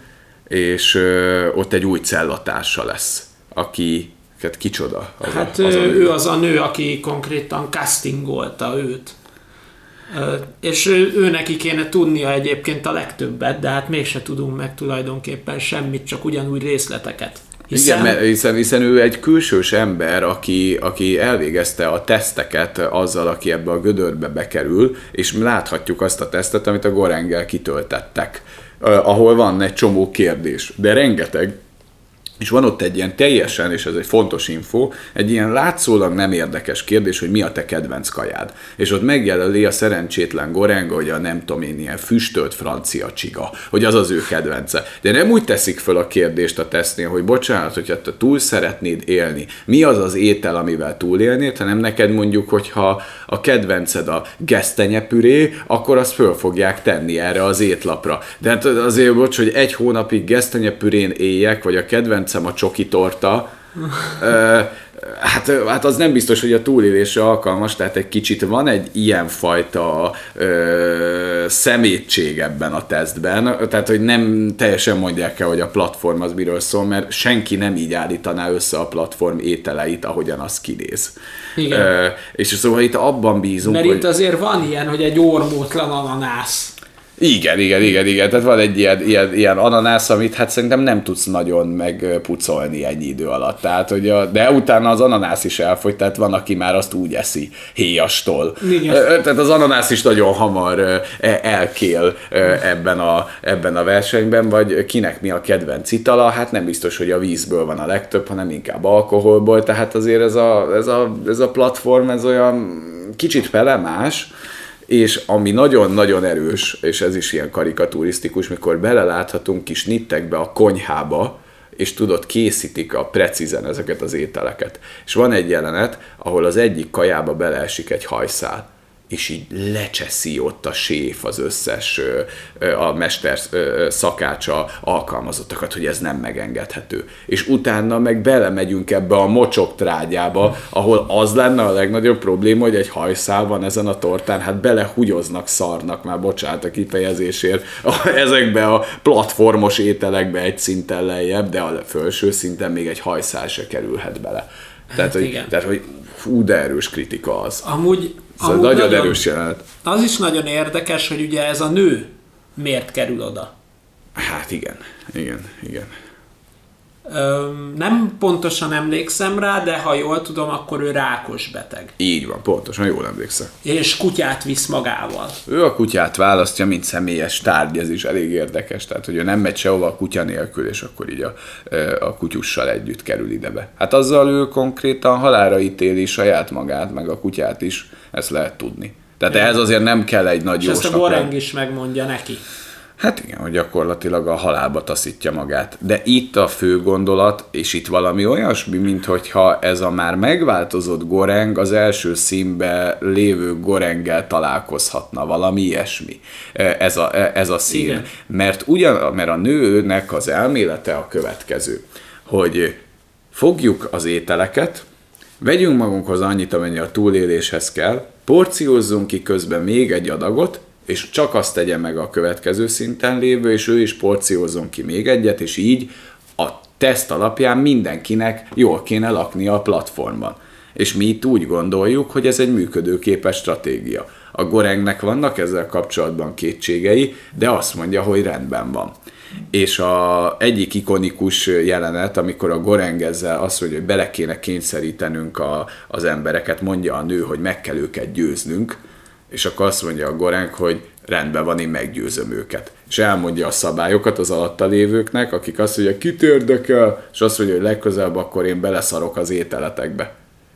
és ö, ott egy új cellatársa lesz, aki, hát kicsoda? Az hát a, az ő a az a nő, aki konkrétan castingolta őt. Ö, és ő, ő neki kéne tudnia egyébként a legtöbbet, de hát mégse tudunk meg tulajdonképpen semmit, csak ugyanúgy részleteket. Hiszen... Igen, mert hiszen, hiszen ő egy külsős ember, aki, aki elvégezte a teszteket azzal, aki ebbe a gödörbe bekerül, és láthatjuk azt a tesztet, amit a Gorenggel kitöltettek, ahol van egy csomó kérdés, de rengeteg és van ott egy ilyen teljesen, és ez egy fontos info, egy ilyen látszólag nem érdekes kérdés, hogy mi a te kedvenc kajád. És ott megjelöli a szerencsétlen Goreng, hogy a nem tudom én, ilyen füstölt francia csiga, hogy az az ő kedvence. De nem úgy teszik föl a kérdést a tesztnél, hogy bocsánat, hogyha te túl szeretnéd élni, mi az az étel, amivel túlélnéd, hanem neked mondjuk, hogyha a kedvenced a gesztenyepüré, akkor azt föl fogják tenni erre az étlapra. De hát azért, bocs, hogy egy hónapig gesztenyepürén éljek, vagy a kedvenc a csoki torta, hát, hát az nem biztos, hogy a túlélésre alkalmas, tehát egy kicsit van egy ilyenfajta ö, szemétség ebben a tesztben, tehát hogy nem teljesen mondják el, hogy a platform az miről szól, mert senki nem így állítaná össze a platform ételeit, ahogyan az kinéz. Igen. Ö, és szóval itt abban bízunk, mert hogy... itt azért van ilyen, hogy egy ormótlan ananász. Igen, igen, igen, igen. Tehát van egy ilyen, ilyen, ilyen ananász, amit hát szerintem nem tudsz nagyon megpucolni ennyi idő alatt. Tehát, hogy a, de utána az ananász is elfogy, tehát van, aki már azt úgy eszi héjastól. Igen. Tehát az ananász is nagyon hamar elkél ebben a, ebben a versenyben, vagy kinek mi a kedvenc itala, hát nem biztos, hogy a vízből van a legtöbb, hanem inkább alkoholból, tehát azért ez a, ez a, ez a platform, ez olyan kicsit felemás, és ami nagyon-nagyon erős, és ez is ilyen karikaturisztikus, mikor beleláthatunk kis nittekbe a konyhába, és tudod, készítik a precízen ezeket az ételeket. És van egy jelenet, ahol az egyik kajába beleesik egy hajszál, és így lecseszi ott a séf az összes, a mester szakácsa alkalmazottakat, hogy ez nem megengedhető. És utána meg belemegyünk ebbe a mocsok trágyába, ahol az lenne a legnagyobb probléma, hogy egy hajszál van ezen a tortán, hát belehugyoznak, szarnak, már bocsánat a kifejezésért, ezekbe a platformos ételekbe egy szinten lejjebb, de a felső szinten még egy hajszál se kerülhet bele. Tehát, hát hogy, tehát, hogy fú, de erős kritika az. Amúgy, szóval amúgy nagyon, nagyon erős jelenet. Az is nagyon érdekes, hogy ugye ez a nő miért kerül oda. Hát igen, igen, igen. Öm, nem pontosan emlékszem rá, de ha jól tudom, akkor ő rákos beteg. Így van, pontosan, jól emlékszem. És kutyát visz magával. Ő a kutyát választja, mint személyes tárgy, ez is elég érdekes. Tehát, hogy ő nem megy sehova a kutya nélkül, és akkor így a, a kutyussal együtt kerül idebe. Hát azzal ő konkrétan halálra ítéli saját magát, meg a kutyát is, ezt lehet tudni. Tehát ehhez azért nem kell egy nagy jósnak. És ezt a Goreng is megmondja neki. Hát igen, hogy gyakorlatilag a halálba taszítja magát. De itt a fő gondolat, és itt valami olyasmi, mint hogyha ez a már megváltozott Goreng az első színbe lévő Gorenggel találkozhatna, valami ilyesmi. Ez a, ez a szín. Igen. Mert, ugyan, mert a nőnek az elmélete a következő, hogy fogjuk az ételeket, vegyünk magunkhoz annyit, amennyi a túléléshez kell, porciózzunk ki közben még egy adagot, és csak azt tegye meg a következő szinten lévő, és ő is porciózzon ki még egyet, és így a teszt alapján mindenkinek jól kéne laknia a platformban. És mi itt úgy gondoljuk, hogy ez egy működőképes stratégia. A Gorengnek vannak ezzel kapcsolatban kétségei, de azt mondja, hogy rendben van. És a egyik ikonikus jelenet, amikor a Goreng ezzel azt mondja, hogy bele kéne kényszerítenünk a, az embereket, mondja a nő, hogy meg kell őket győznünk, és akkor azt mondja a Goreng, hogy rendben van, én meggyőzöm őket. És elmondja a szabályokat az alatta lévőknek, akik azt mondja, kit érdekel, és azt mondja, hogy legközelebb akkor én beleszarok az ételetekbe.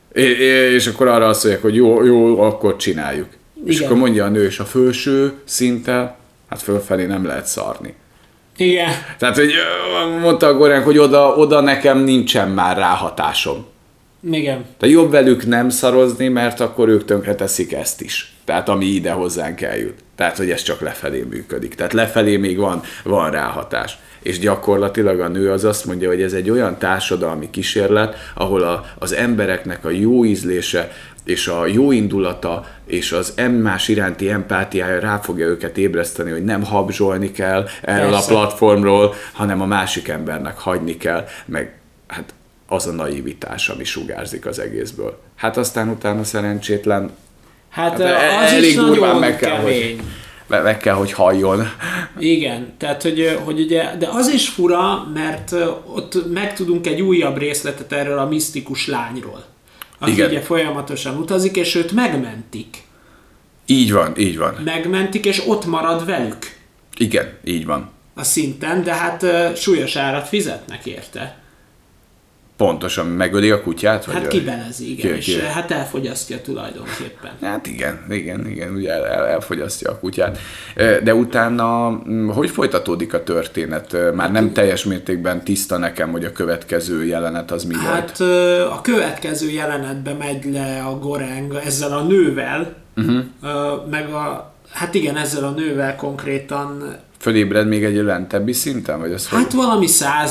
És akkor arra azt mondják, hogy jó, jó, akkor csináljuk. Igen. És akkor mondja a nő, és a felső szinttel, hát fölfelé nem lehet szarni. Igen. Tehát, hogy mondta a Goreng, hogy oda, oda nekem nincsen már ráhatásom. Igen. Tehát jobb velük nem szarozni, mert akkor ők tönkre teszik ezt is. Tehát ami ide hozzánk eljut. Tehát, hogy ez csak lefelé működik. Tehát lefelé még van, van ráhatás. És gyakorlatilag a nő az azt mondja, hogy ez egy olyan társadalmi kísérlet, ahol a, az embereknek a jó ízlése és a jó indulata és az egymás iránti empátiája rá fogja őket ébreszteni, hogy nem habzsolni kell erről Persze. a platformról, hanem a másik embernek hagyni kell, meg hát az a naivitás, ami sugárzik az egészből. Hát aztán utána szerencsétlen Hát, hát az elég is nagyon meg kell, kemény. Hogy, meg kell, hogy halljon. Igen, tehát hogy, hogy ugye, de az is fura, mert ott megtudunk egy újabb részletet erről a misztikus lányról, aki Igen. ugye folyamatosan utazik, és őt megmentik. Így van, így van. Megmentik, és ott marad velük. Igen, így van. A szinten, de hát uh, súlyos árat fizetnek érte. Pontosan, megöli a kutyát? Hát vagy kibelezi, igen, ki, és ki? hát elfogyasztja tulajdonképpen. Hát igen, igen, igen, ugye el, el, elfogyasztja a kutyát. De utána hogy folytatódik a történet? Már nem teljes mértékben tiszta nekem, hogy a következő jelenet az mi Hát volt. a következő jelenetben megy le a Goreng ezzel a nővel, uh-huh. meg a, hát igen, ezzel a nővel konkrétan. Fölébred még egy lentebbi szinten? Vagy az Hát hogy... valami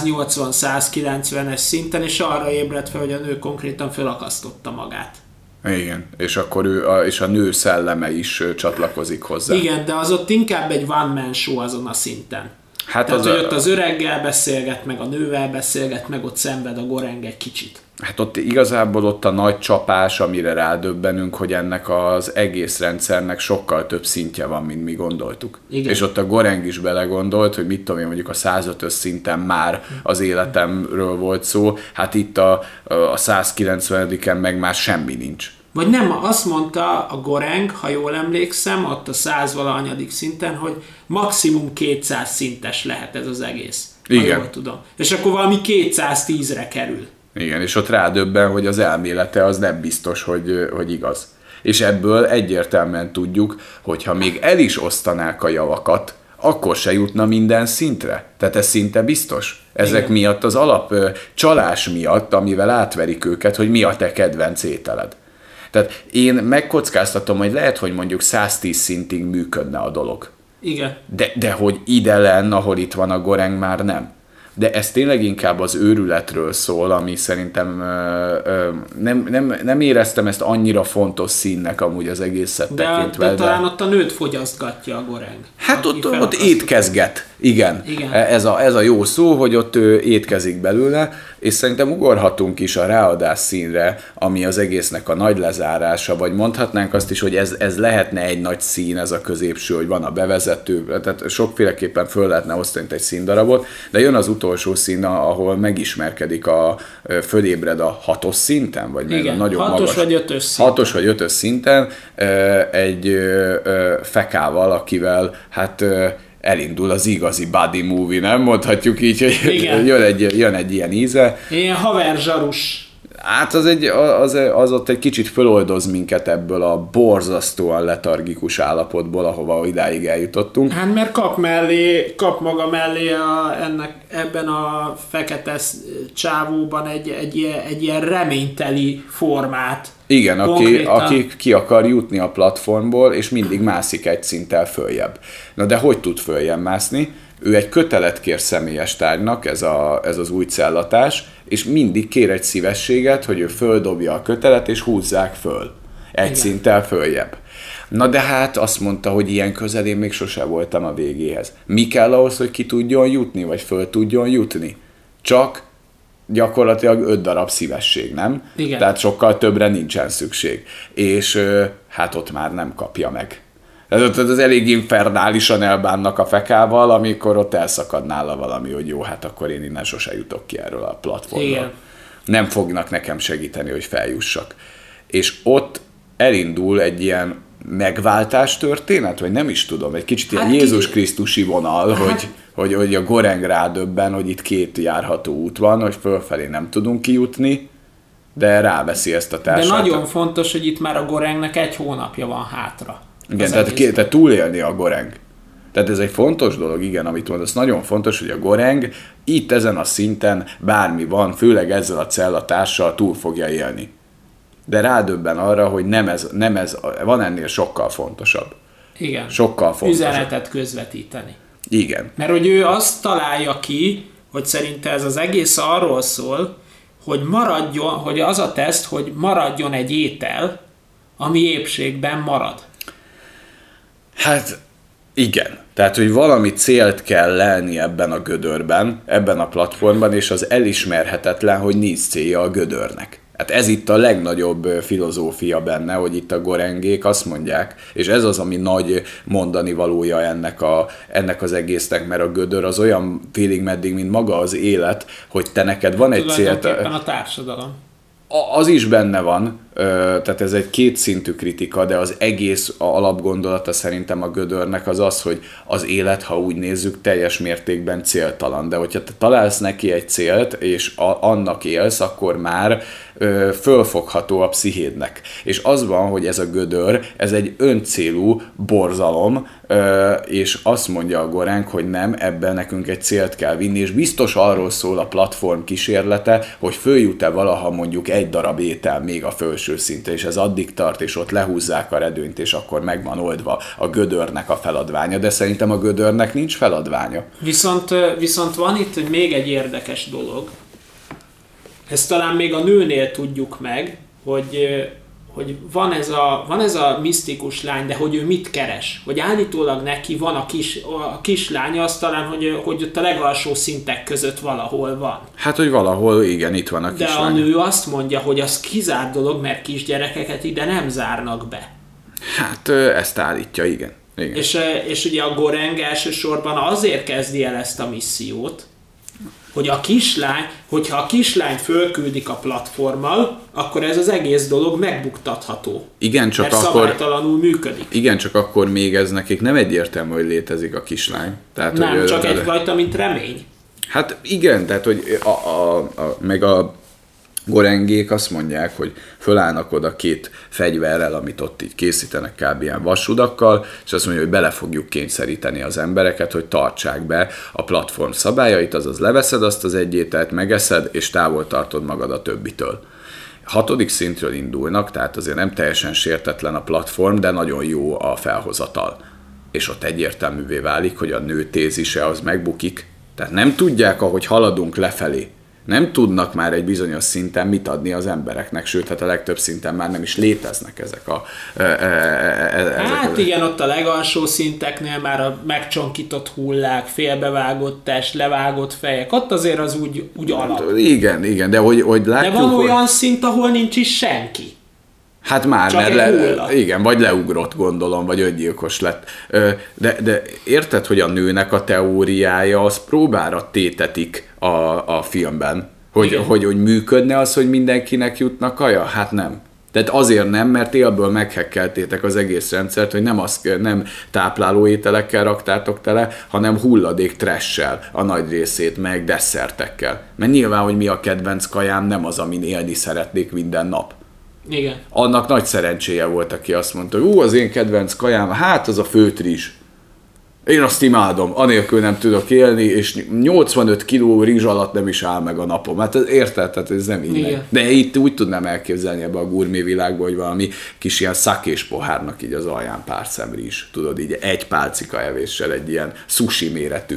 száznyolcvan-százkilencvenes szinten, és arra ébredt fel, hogy a nő konkrétan felakasztotta magát. Igen, és akkor ő, a, és a nő szelleme is csatlakozik hozzá. Igen, de az ott inkább egy one-man show azon a szinten. Hát Tehát, az hogy a... ott az öreggel beszélget, meg a nővel beszélget, meg ott szenved a Goreng egy kicsit. Hát ott igazából ott a nagy csapás, amire rádöbbenünk, hogy ennek az egész rendszernek sokkal több szintje van, mint mi gondoltuk. Igen. És ott a Goreng is belegondolt, hogy mit tudom én, mondjuk a százötös szinten már az életemről volt szó, hát itt a, a százkilencvenediken meg már semmi nincs. Vagy nem, azt mondta a Goreng, ha jól emlékszem, ott a százvalahanyadik szinten, hogy maximum kétszáz szintes lehet ez az egész. Igen. Ha jól tudom. És akkor valami kétszáztízre kerül. Igen, és ott rádöbben, hogy az elmélete az nem biztos, hogy, hogy igaz. És ebből egyértelműen tudjuk, hogy ha még el is osztanák a javakat, akkor se jutna minden szintre. Tehát ez szinte biztos. Ezek Igen. miatt, az alap ö, csalás miatt, amivel átverik őket, hogy mi a te kedvenc ételed. Tehát én megkockáztatom, hogy lehet, hogy mondjuk száztíz szintig működne a dolog. Igen. De, de hogy ide lenn, ahol itt van a Goreng, már nem. De ez tényleg inkább az őrületről szól, ami szerintem ö, ö, nem, nem, nem éreztem ezt annyira fontos színnek amúgy az egészet de, tekintve. De, de talán ott a nőt fogyasztgatja a Goreng. Hát ott, ott étkezget, igen. igen. Ez, a, ez a jó szó, hogy ott ő étkezik belőle, és szerintem ugorhatunk is a ráadás színre, ami az egésznek a nagy lezárása, vagy mondhatnánk azt is, hogy ez, ez lehetne egy nagy szín, ez a középső, hogy van a bevezető, tehát sokféleképpen föl lehetne osztani egy színdarabot, de jön az utolsó szín, ahol megismerkedik a fölébred a hatos szinten, vagy igen, nagyon hatos magas. vagy ötös szinten. Hatos vagy ötös szinten egy fekával, akivel hát elindul az igazi buddy movie, nem mondhatjuk így, hogy jön egy, jön egy ilyen íze. Ilyen haverzsarus. Hát az, egy, az, az ott egy kicsit föloldoz minket ebből a borzasztóan letargikus állapotból, ahova idáig eljutottunk. Hát mert kap mellé, kap maga mellé a, ennek, ebben a fekete csávóban egy, egy, egy ilyen reményteli formát. Igen, aki, aki ki akar jutni a platformból, és mindig mászik egy szinttel följebb. Na de hogy tud följebb mászni? Ő egy kötelet kér személyes tárgynak, ez, a, ez az új cellatás, és mindig kér egy szívességet, hogy ő földobja a kötelet, és húzzák föl. Egy Igen. szinttel följebb. Na de hát azt mondta, hogy ilyen közel én még sose voltam a végéhez. Mi kell ahhoz, hogy ki tudjon jutni, vagy föl tudjon jutni? Csak gyakorlatilag öt darab szívesség, nem? Igen. Tehát sokkal többre nincsen szükség. És hát ott már nem kapja meg. Tehát ott az elég infernálisan elbánnak a fekával, amikor ott elszakad nála valami, hogy jó, hát akkor én innen sose jutok ki erről a platformról. Igen. Nem fognak nekem segíteni, hogy feljussak. És ott elindul egy ilyen megváltás történet, vagy nem is tudom, egy kicsit ilyen hát Jézus Krisztusi vonal, hát hogy, hogy, hogy a Goreng rádöbben, hogy itt két járható út van, hogy fölfelé nem tudunk kijutni, de ráveszi ezt a társat. De nagyon fontos, hogy itt már a Gorengnek egy hónapja van hátra. Igen, tehát, tehát túlélni a Goreng. Tehát ez egy fontos dolog, igen, amit mondasz. Nagyon fontos, hogy a Goreng itt ezen a szinten bármi van, főleg ezzel a cellatással túl fogja élni. De rádöbben arra, hogy nem ez, nem ez, van ennél sokkal fontosabb. Igen. Sokkal fontosabb. Üzenetet közvetíteni. Igen. Mert hogy ő azt találja ki, hogy szerinte ez az egész arról szól, hogy maradjon, hogy az a teszt, hogy maradjon egy étel, ami épségben marad. Hát igen. Tehát, hogy valami célt kell lelni ebben a gödörben, ebben a platformban, és az elismerhetetlen, hogy nincs célja a gödörnek. Hát ez itt a legnagyobb filozófia benne, hogy itt a gorengék azt mondják, és ez az, ami nagy mondani valója ennek, a, ennek az egésznek, mert a gödör az olyan félig meddig, mint maga az élet, hogy te neked van egy cél. Tulajdonképpen a társadalom. Az is benne van, tehát ez egy kétszintű kritika, de az egész a alapgondolata szerintem a gödörnek az az, hogy az élet, ha úgy nézzük, teljes mértékben céltalan. De hogyha te találsz neki egy célt, és a, annak élsz, akkor már ö, fölfogható a pszichédnek. És az van, hogy ez a gödör, ez egy öncélú borzalom, ö, és azt mondja a Goránk, hogy nem, ebben nekünk egy célt kell vinni, és biztos arról szól a platform kísérlete, hogy följut-e valaha mondjuk egy darab étel még a felső szintre, és ez addig tart, és ott lehúzzák a redőnyt, és akkor meg van oldva a gödörnek a feladványa, de szerintem a gödörnek nincs feladványa. Viszont, viszont van itt még egy érdekes dolog. Ezt talán még a nőnél tudjuk meg, hogy, hogy van, ez a, van ez a misztikus lány, de hogy ő mit keres. Hogy állítólag neki van a, kis, a kislánya, az talán, hogy, hogy ott a legalsó szintek között valahol van. Hát, hogy valahol, igen, itt van a de kislánya. De a nő azt mondja, hogy az kizárt dolog, mert kisgyerekeket ide nem zárnak be. Hát ezt állítja, igen. igen. És, és ugye a Goreng elsősorban azért kezdi el ezt a missziót, hogy a kislány, hogyha a kislányt fölküldik a platformmal, akkor ez az egész dolog megbuktatható. Igen, csak mert akkor szabálytalanul működik. Igen, csak akkor még ez nekik nem egyértelmű, hogy létezik a kislány. Tehát, nem, hogy csak de, egyfajta, mint remény. Hát igen, tehát hogy a, a, a, meg a gorengék azt mondják, hogy fölállnak oda két fegyverrel, amit ott így készítenek kb. Ilyen vasrudakkal, és azt mondja, hogy bele fogjuk kényszeríteni az embereket, hogy tartsák be a platform szabályait, azaz leveszed azt az egy ételt, megeszed, és távol tartod magad a többitől. Hatodik szintről indulnak, tehát azért nem teljesen sértetlen a platform, de nagyon jó a felhozatal. És ott egyértelművé válik, hogy a nő tézise az megbukik, tehát nem tudják, ahogy haladunk lefelé, nem tudnak már egy bizonyos szinten mit adni az embereknek, sőt, hát a legtöbb szinten már nem is léteznek ezek a... E, e, e, ezek hát a... igen, ott a legalsó szinteknél már a megcsonkított hullák, félbevágott test, levágott fejek, ott azért az úgy, úgy alap. Igen, igen, de hogy, hogy látjuk... De van olyan hogy... szint, ahol nincs is senki. Hát már, csak mert le, igen, vagy leugrott, gondolom, vagy öngyilkos lett. De, de érted, hogy a nőnek a teóriája az próbára tétetik a, a filmben, hogy, hogy, hogy működne az, hogy mindenkinek jutnak kaja? Hát nem. Tehát azért nem, mert élből meghekkeltétek az egész rendszert, hogy nem, az, nem tápláló ételekkel raktátok tele, hanem hulladék trash-sel a nagy részét, meg desszertekkel. Mert nyilván, hogy mi a kedvenc kajám, nem az, amin élni szeretnék minden nap. Igen. Annak nagy szerencséje volt, aki azt mondta, hogy ú, az én kedvenc kajám, hát az a főtrizs. Én azt imádom, anélkül nem tudok élni, és nyolcvanöt kiló rizs alatt nem is áll meg a napom. Hát ez, érted? Tehát ez nem így megy. De itt úgy tudnám elképzelni ebbe a gurmé világban, hogy valami kis ilyen szakés pohárnak így az alján pár szem rizs. Tudod, így egy pálcika evéssel egy ilyen sushi méretű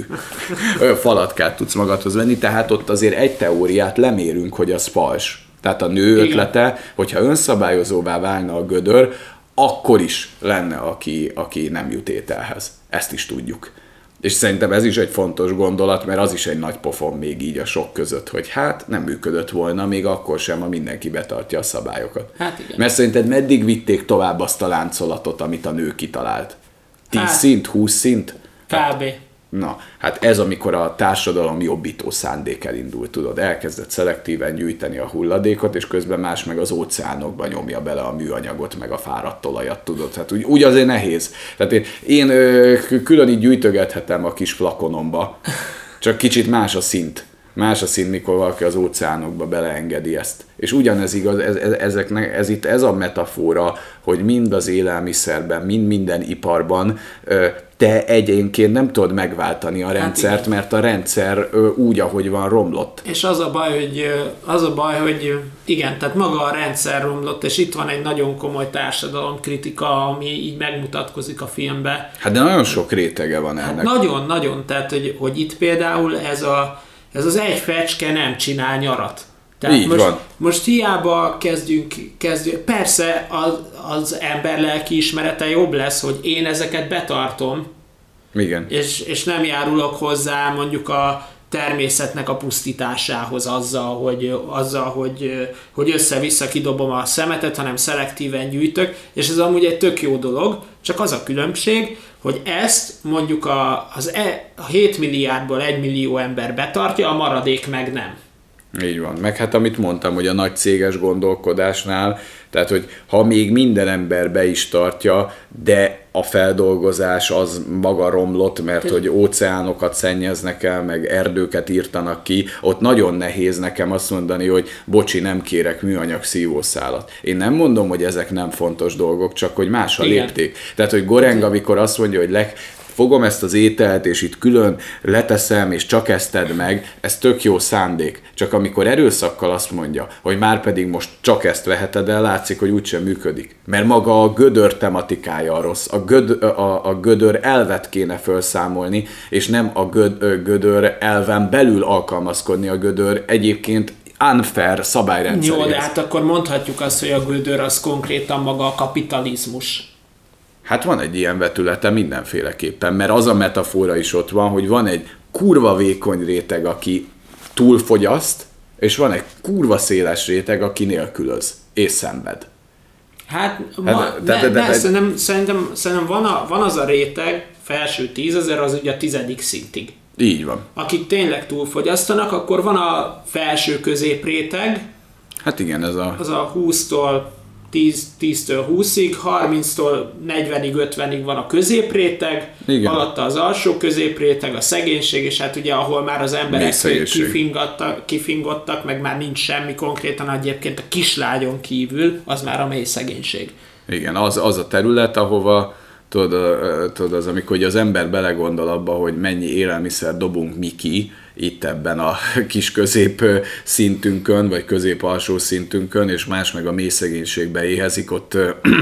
falatkát tudsz magadhoz venni, tehát ott azért egy teóriát lemérünk, hogy az fals. Tehát a nő ötlete, igen, hogyha önszabályozóvá válna a gödör, akkor is lenne, aki, aki nem jut ételhez. Ezt is tudjuk. És szerintem ez is egy fontos gondolat, mert az is egy nagy pofon még így a sok között, hogy hát nem működött volna, még akkor sem, ha mindenki betartja a szabályokat. Hát igen. Mert szerinted meddig vitték tovább azt a láncolatot, amit a nő kitalált? tíz hát, szint, húsz szint? Kb. Na, hát ez amikor a társadalom jobbító szándék elindul, tudod, elkezdett szelektíven gyűjteni a hulladékot, és közben más meg az óceánokba nyomja bele a műanyagot, meg a fáradt olajat, tudod, hát úgy, úgy azért nehéz. Tehát én, én ö, külön így gyűjtögethetem a kis flakonomba, csak kicsit más a szint. Más a szint, mikor valaki az óceánokba beleengedi ezt. És ugyanez igaz, ez, ez, ezeknek, ez itt ez a metafora, hogy mind az élelmiszerben, mind minden iparban te egyénként nem tudod megváltani a rendszert, hát mert a rendszer úgy, ahogy van, romlott. És az a baj, hogy, az a baj, hogy igen, tehát maga a rendszer romlott, és itt van egy nagyon komoly társadalomkritika, ami így megmutatkozik a filmben. Hát de nagyon sok rétege van ennek. Hát nagyon, nagyon, tehát hogy, hogy itt például ez a Ez az egy fecske nem csinál nyarat. Tehát így most, van. most hiába kezdjünk, kezdjünk, persze az, az ember lelki ismerete jobb lesz, hogy én ezeket betartom, igen. És, és nem járulok hozzá mondjuk a természetnek a pusztításához azzal, hogy, azzal, hogy, hogy össze-vissza kidobom a szemetet, hanem szelektíven gyűjtök, és ez amúgy egy tök jó dolog, csak az a különbség, hogy ezt mondjuk a, az e, a hét milliárdból egy millió ember betartja, a maradék meg nem. Így van. Meg hát amit mondtam, hogy a nagy céges gondolkodásnál, tehát, hogy ha még minden ember be is tartja, de a feldolgozás az maga romlott, mert hogy óceánokat szennyeznek el, meg erdőket írtanak ki, ott nagyon nehéz nekem azt mondani, hogy bocsi, nem kérek műanyag szívószálat. Én nem mondom, hogy ezek nem fontos dolgok, csak hogy más a lépték. Tehát, hogy Goreng, amikor azt mondja, hogy leg, fogom ezt az ételt, és itt külön leteszem, és csak ezt tedd meg, ez tök jó szándék. Csak amikor erőszakkal azt mondja, hogy már pedig most csak ezt veheted el, látszik, hogy úgysem működik. Mert maga a gödör tematikája a rossz. A, göd, a, a gödör elvet kéne felszámolni, és nem a göd, gödör elven belül alkalmazkodni a gödör egyébként unfair szabályrendszeréhez. Jó, de hát akkor mondhatjuk azt, hogy a gödör az konkrétan maga a kapitalizmus. Hát van egy ilyen vetülete mindenféleképpen, mert az a metafora is ott van, hogy van egy kurva vékony réteg, aki túlfogyaszt, és van egy kurva széles réteg, aki nélkülöz, és szenved. Hát, ma, hát de, de, de, de, szerintem, szerintem, szerintem van, a, van az a réteg, felső tízezer, az ugye a tizedik szintig. Így van. Akik tényleg túlfogyasztanak, akkor van a felső középréteg, hát igen, ez a... az a húsztól tíztől húszig, harminctól negyvenig, ötvenig van a középréteg, igen. Alatta az alsó középréteg, a szegénység, és hát ugye ahol már az emberek kifingattak, kifingottak, meg már nincs semmi konkrétan, egyébként a kislányon kívül, az már a mély szegénység. Igen, az, az a terület, ahova tudod, tudod az, amikor az ember belegondol abba, hogy mennyi élelmiszer dobunk mi ki, itt ebben a kis közép szintünkön, vagy közép-alsó szintünkön, és más meg a mély szegénységbe éhezik, ott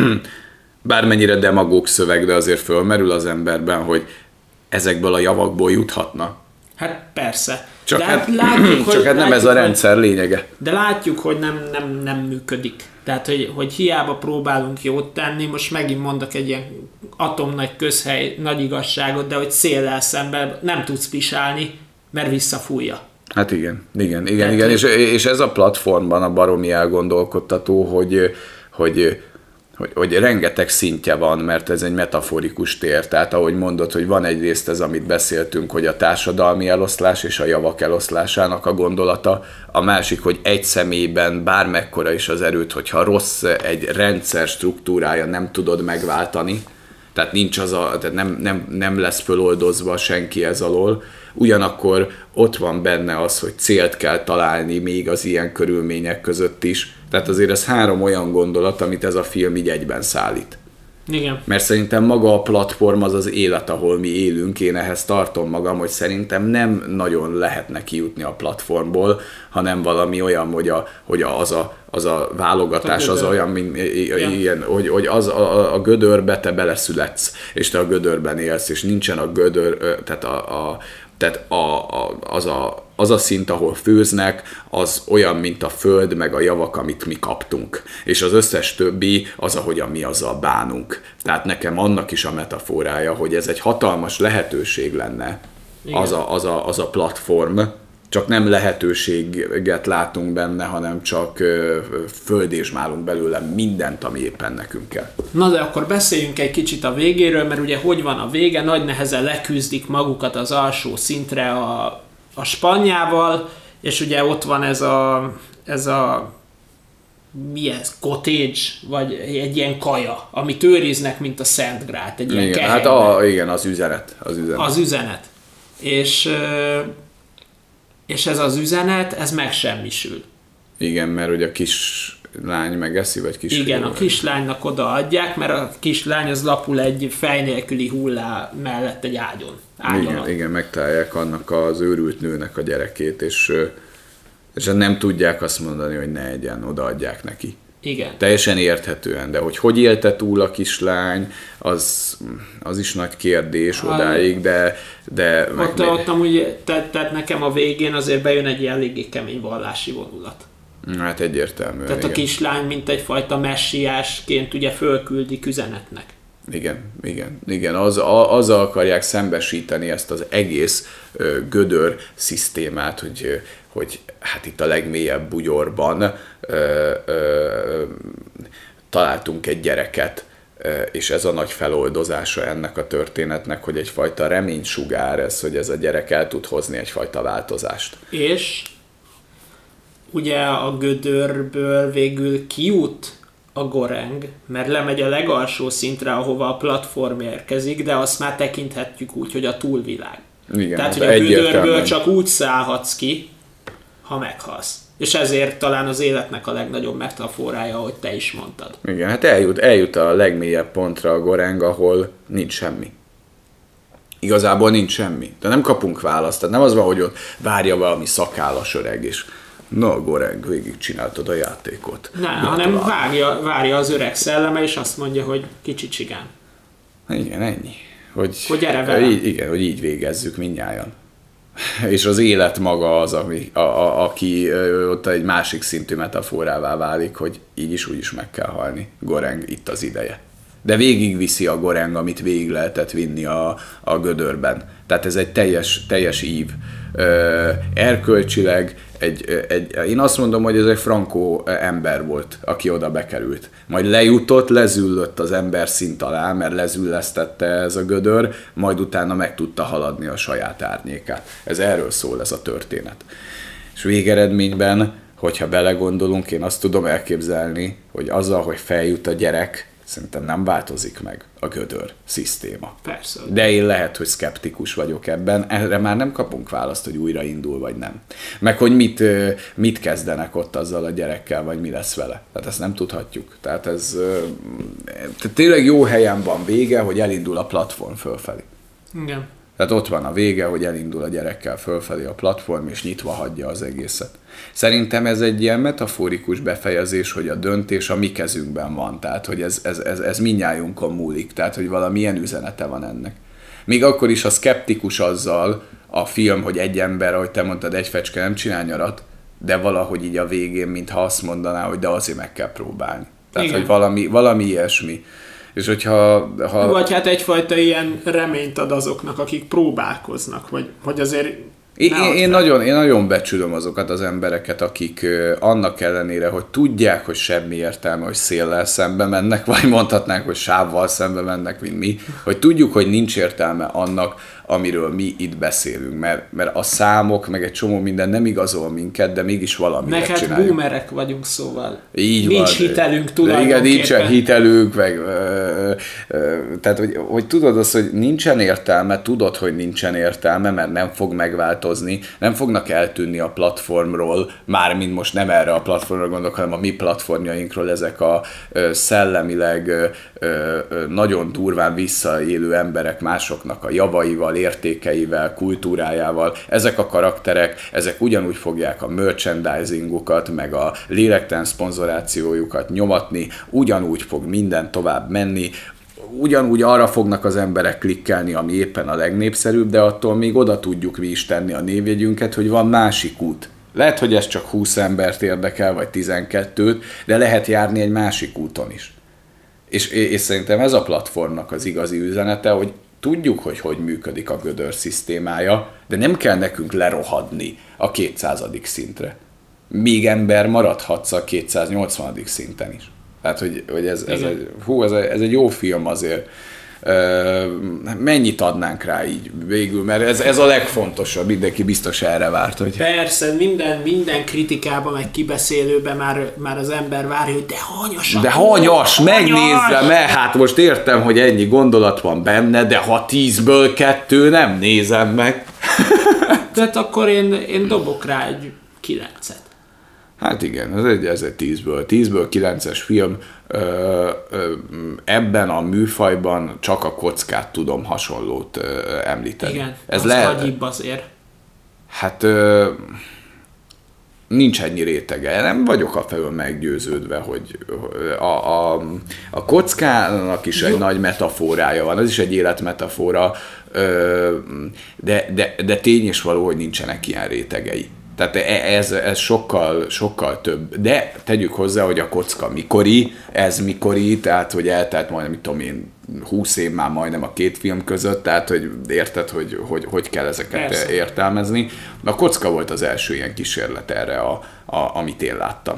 bármennyire demagóg szöveg, de azért fölmerül az emberben, hogy ezekből a javakból juthatna. Hát persze. Csak, de hát, látjuk, csak hogy, hát nem látjuk, ez a rendszer lényege. De látjuk, hogy nem, nem, nem működik. Tehát, hogy, hogy hiába próbálunk jót tenni, most megint mondok egy ilyen atomnagy közhely, nagy igazságot, de hogy széllel szemben nem tudsz pisálni, mert visszafújja. Hát igen, igen, igen, igen. És, és ez a platformban a baromi elgondolkodtató, hogy, hogy, hogy, hogy rengeteg szintje van, mert ez egy metaforikus tér. Tehát ahogy mondod, hogy van egyrészt ez, amit beszéltünk, hogy a társadalmi eloszlás és a javak eloszlásának a gondolata, a másik, hogy egy személyben bármekkora is az erőt, hogyha rossz egy rendszer struktúrája, nem tudod megváltani, tehát nincs az a, tehát nem, nem, nem lesz föloldozva senki ez alól. Ugyanakkor ott van benne az, hogy célt kell találni még az ilyen körülmények között is. Tehát azért ez három olyan gondolat, amit ez a film így egyben szállít. Igen. Mert szerintem maga a platform az az élet, ahol mi élünk. Én ehhez tartom magam, hogy szerintem nem nagyon lehetne kijutni a platformból, hanem valami olyan, hogy, a, hogy a, az, a, az a válogatás az olyan, mint, ilyen, hogy, hogy az a, a gödörbe te beleszületsz, és te a gödörben élsz, és nincsen a gödör, tehát a, a Tehát a, a, az, a, az a szint, ahol főznek, az olyan, mint a föld, meg a javak, amit mi kaptunk. És az összes többi az, ahogyan mi azzal bánunk. Tehát nekem annak is a metaforája, hogy ez egy hatalmas lehetőség lenne, az a, az, a, az a platform, csak nem lehetőséget látunk benne, hanem csak földésmálunk belőle mindent, ami éppen nekünk kell. Na de akkor beszéljünk egy kicsit a végéről, mert ugye hogy van a vége, nagy nehezen leküzdik magukat az alsó szintre a, a spanyával, és ugye ott van ez a, ez a mi ez, cottage, vagy egy ilyen kaja, amit őriznek, mint a Szent Grát, egy ilyen igen, hát a, igen, az üzenet. Az üzenet. Az üzenet. És... és ez az üzenet, ez megsemmisül. Igen, mert ugye a kislány megeszi, vagy kislány? Igen, a kislánynak odaadják, mert a kislány az lapul egy fej nélküli hullá mellett egy ágyon. ágyon igen, igen, megtalálják annak az őrült nőnek a gyerekét, és, és nem tudják azt mondani, hogy ne egyen, odaadják neki. Igen. Teljesen érthetően, de hogy hogy élte túl a kislány, az, az is nagy kérdés a, odáig, de... de ott, meg... ott amúgy, tehát, tehát nekem a végén azért bejön egy eléggé kemény vallási vonulat. Hát egyértelműen, Tehát igen. A kislány, mint egyfajta messiásként ugye fölküldik üzenetnek. Igen, igen, igen. Az, a, azzal akarják szembesíteni ezt az egész ö, gödör szisztémát, hogy, hogy hát itt a legmélyebb bugyorban ö, ö, találtunk egy gyereket, ö, és ez a nagy feloldozása ennek a történetnek, hogy egyfajta reménysugár ez, hogy ez a gyerek el tud hozni egyfajta változást. És ugye a gödörből végül kijut a goreng, mert lemegy a legalsó szintre, ahova a platform érkezik, de azt már tekinthetjük úgy, hogy a túlvilág. Igen, tehát, hogy a gödörből csak úgy szállhatsz ki, ha meghalsz. És ezért talán az életnek a legnagyobb metaforája, ahogy te is mondtad. Igen, hát eljut, eljut a legmélyebb pontra a goreng, ahol nincs semmi. Igazából nincs semmi. De nem kapunk választ. Tehát nem az van, hogy ott várja valami szakállas öreg, és na, goreng, végig csináltad a játékot. Nem, hanem várja, várja az öreg szelleme, és azt mondja, hogy kicsi csigán. Igen, ennyi. Hogy, hogy gyere velem. Így, igen, hogy így végezzük mindnyájan. És az élet maga az, ami, a, a, aki ö, ott egy másik szintű metaforává válik, hogy így is úgy is meg kell halni. Goreng, itt az ideje. De végigviszi a goreng, amit végig lehetett vinni a, a gödörben. Tehát ez egy teljes, teljes ív. Ö, erkölcsileg egy, egy, én azt mondom, hogy ez egy frankó ember volt, aki oda bekerült. Majd lejutott, lezüllött az ember szint alá, mert lezüllesztette ez a gödör, majd utána meg tudta haladni a saját árnyékát. Ez erről szól ez a történet. És végeredményben, hogyha belegondolunk, én azt tudom elképzelni, hogy azzal, hogy feljut a gyerek, szerintem nem változik meg a gödör szisztéma. Persze. De én lehet, hogy szkeptikus vagyok ebben. Erre már nem kapunk választ, hogy újraindul, vagy nem. Meg, hogy mit, mit kezdenek ott azzal a gyerekkel, vagy mi lesz vele. Tehát ezt nem tudhatjuk. Tehát ez tehát tényleg jó helyen van vége, hogy elindul a platform fölfelé. Igen. Tehát ott van a vége, hogy elindul a gyerekkel fölfelé a platform, és nyitva hagyja az egészet. Szerintem ez egy ilyen metaforikus befejezés, hogy a döntés a mi kezünkben van, tehát hogy ez, ez, ez, ez mindnyájunkon múlik, tehát hogy valamilyen üzenete van ennek. Még akkor is a szkeptikus azzal a film, hogy egy ember, ahogy te mondtad, egy fecske nem csinál nyarat, de valahogy így a végén, mintha azt mondaná, hogy de azért meg kell próbálni. Tehát, igen, hogy valami, valami ilyesmi. És hogyha... Ha... Vagy hát egyfajta ilyen reményt ad azoknak, akik próbálkoznak, vagy hogy azért... Én, én, nagyon, én nagyon becsülöm azokat az embereket, akik uh, annak ellenére, hogy tudják, hogy semmi értelme, hogy széllel szembe mennek, vagy mondhatnánk, hogy sávval szembe mennek, mint mi, hogy tudjuk, hogy nincs értelme annak, amiről mi itt beszélünk, mert, mert a számok, meg egy csomó minden nem igazol minket, de mégis valamit csináljuk. Meg hát boomerek vagyunk, szóval így nincs van. hitelünk tulajdonképpen. Igen, nincsen hitelünk, meg, ö, ö, tehát, hogy, hogy tudod azt, hogy nincsen értelme, tudod, hogy nincsen értelme, mert nem fog megváltozni, nem fognak eltűnni a platformról, mármint most nem erre a platformra gondolok, hanem a mi platformjainkról ezek a ö, szellemileg ö, ö, nagyon durván visszaélő emberek másoknak a javaival, értékeivel, kultúrájával. Ezek a karakterek, ezek ugyanúgy fogják a merchandisingukat, meg a lélektelen szponzorációjukat nyomatni, ugyanúgy fog minden tovább menni, ugyanúgy arra fognak az emberek klikkelni, ami éppen a legnépszerűbb, de attól még oda tudjuk mi is tenni a névjegyünket, hogy van másik út. Lehet, hogy ez csak húsz embert érdekel, vagy tizenkettőt, de lehet járni egy másik úton is. És, és szerintem ez a platformnak az igazi üzenete, hogy tudjuk, hogy hogy működik a gödör szisztémája, de nem kell nekünk lerohadni a kétszázadik szintre. Míg ember maradhatsz a kétszáznyolcvanadik szinten is. Tehát, hogy, hogy ez, ez, egy, hú, ez, ez egy jó film azért. Mennyit adnánk rá így végül, mert ez, ez a legfontosabb, mindenki biztos erre várt. Hogy... Persze, minden, minden kritikában, meg kibeszélőben már, már az ember várja, hogy de hanyas. De hanyas, megnézzem, mert hát most értem, hogy ennyi gondolat van benne, de ha tízből kettő nem nézem meg. Tehát akkor én, én dobok rá egy kilencet. Hát igen, ez egy, ez egy tízből, tízből kilences film. Ö, ö, ebben a műfajban csak a Kockát tudom hasonlót ö, említeni. Igen, ez az le... nagyibb azért. Hát ö, nincs ennyi rétege. Nem vagyok afelől meggyőződve, hogy a, a, a Kockának is egy Jó. nagy metaforája van, az is egy életmetafora, ö, de, de, de tény és való, hogy nincsenek ilyen rétegei. Tehát ez, ez sokkal, sokkal több. De tegyük hozzá, hogy a kocka mikori, ez mikori, tehát hogy eltelt majdnem, mit tudom én, húsz év már majdnem a két film között, tehát hogy érted, hogy hogy, hogy kell ezeket Persze. értelmezni. A Kocka volt az első ilyen kísérlet erre, a, a, amit én láttam.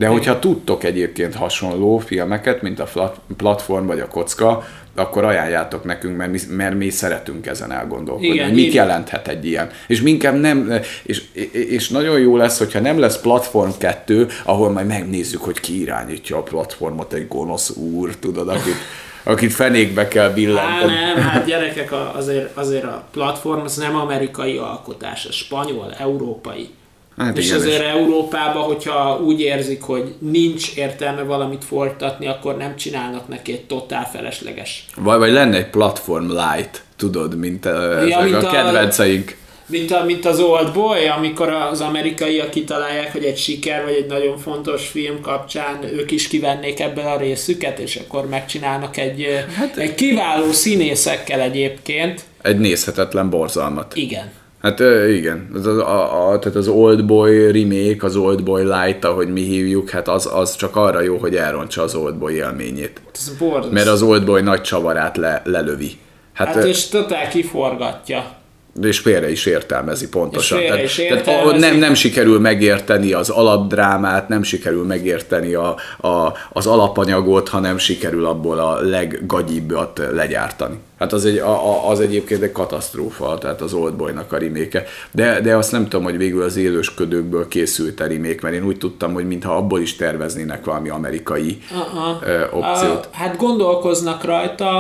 De hogyha tudtok egyébként hasonló filmeket, mint a platform vagy a kocka, akkor ajánljátok nekünk, mert mi, mert mi szeretünk ezen elgondolkodni. Igen, mit így jelenthet egy ilyen. És minket nem, és, és nagyon jó lesz, hogyha nem lesz platform kettő, ahol majd megnézzük, hogy ki irányítja a platformot, egy gonosz úr, tudod, akit, akit fenékbe kell billenteni. Há, nem, hát gyerekek, azért, azért a platform az nem amerikai alkotás, az spanyol, európai. Hát és igen, azért és Európában, hogyha úgy érzik, hogy nincs értelme valamit folytatni, akkor nem csinálnak neki egy totál felesleges. Vagy, vagy lenne egy platform light, tudod, mint, a, ja, mint a kedvenceink. Mint, a, mint az Oldboy, amikor az amerikaiak kitalálják, hogy egy siker vagy egy nagyon fontos film kapcsán ők is kivennék ebből a részüket, és akkor megcsinálnak egy, hát, egy kiváló színészekkel egyébként. Egy nézhetetlen borzalmat. Igen. Hát igen, az, a, a, tehát az Oldboy remake, az Oldboy light, ahogy mi hívjuk, hát az, az csak arra jó, hogy elrontsa az Oldboy élményét. Ez mert az Oldboy nagy csavarát le, lelövi. Hát, hát és totál kiforgatja. És félre is értelmezi pontosan. És tehát, is értelmezi. Tehát nem, nem sikerül megérteni az alapdrámát, nem sikerül megérteni a, a, az alapanyagot, hanem sikerül abból a leggagyibbat legyártani. Hát az, egy, a, az egyébként egy katasztrófa, tehát az Oldboynak a remake-e. De, de azt nem tudom, hogy végül az élősködőkből készült a remake, mert én úgy tudtam, hogy mintha abból is terveznének valami amerikai uh-huh. ö, opciót. Uh, hát gondolkoznak rajta,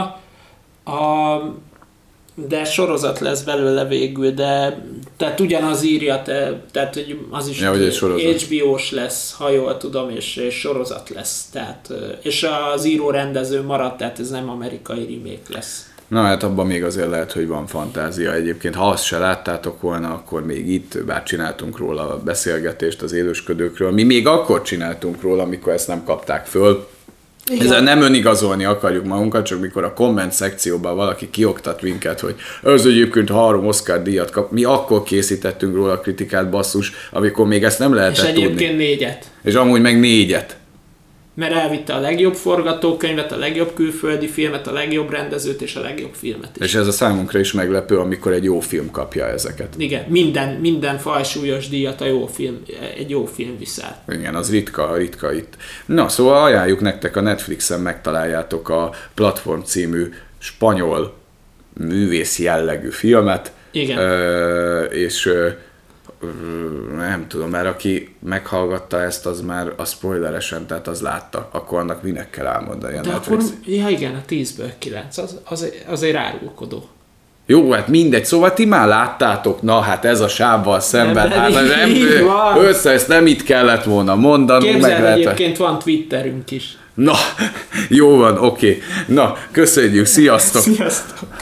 a de sorozat lesz belőle végül, de tehát ugyanaz írja, te, tehát hogy az is ja, há bé ó-s lesz, ha jól tudom, és, és sorozat lesz, tehát, és az író rendező maradt, tehát ez nem amerikai remake lesz. Na hát abban még azért lehet, hogy van fantázia egyébként. Ha azt se láttátok volna, akkor még itt, bár csináltunk róla a beszélgetést az élősködőkről, mi még akkor csináltunk róla, amikor ezt nem kapták föl. Igen. Ezzel nem önigazolni akarjuk magunkat, csak mikor a komment szekcióban valaki kioktat minket, hogy ez egyébként három Oscar díjat kap, mi akkor készítettünk róla a kritikát, basszus, amikor még ezt nem lehetett tudni. És egyébként tudni. négyet. És amúgy meg négyet. Mert elvitte a legjobb forgatókönyvet, a legjobb külföldi filmet, a legjobb rendezőt és a legjobb filmet is. És ez a számunkra is meglepő, amikor egy jó film kapja ezeket. Igen, minden, minden fajsúlyos díjat a jó film, egy jó film viszel. Igen, az ritka, ritka itt. Na, szóval ajánljuk nektek, a Netflixen megtaláljátok a Platform című spanyol művész jellegű filmet. Igen. Ö, és ö, nem tudom, mert aki meghallgatta ezt, az már a spoileresen, tehát az látta, akkor annak minek kell elmondani a De Netflix. Akkor, ja igen, a tízből kilenc, az, az, azért árulkodó. Jó, hát mindegy, szóval ti már láttátok, na hát ez a sávval szemben, nem, hát nem, össze, ezt nem itt kellett volna mondanunk. Képzeld, meg lehet, egyébként van Twitterünk is. Na, jó van, oké. Okay. Na, köszönjük, sziasztok! Sziasztok!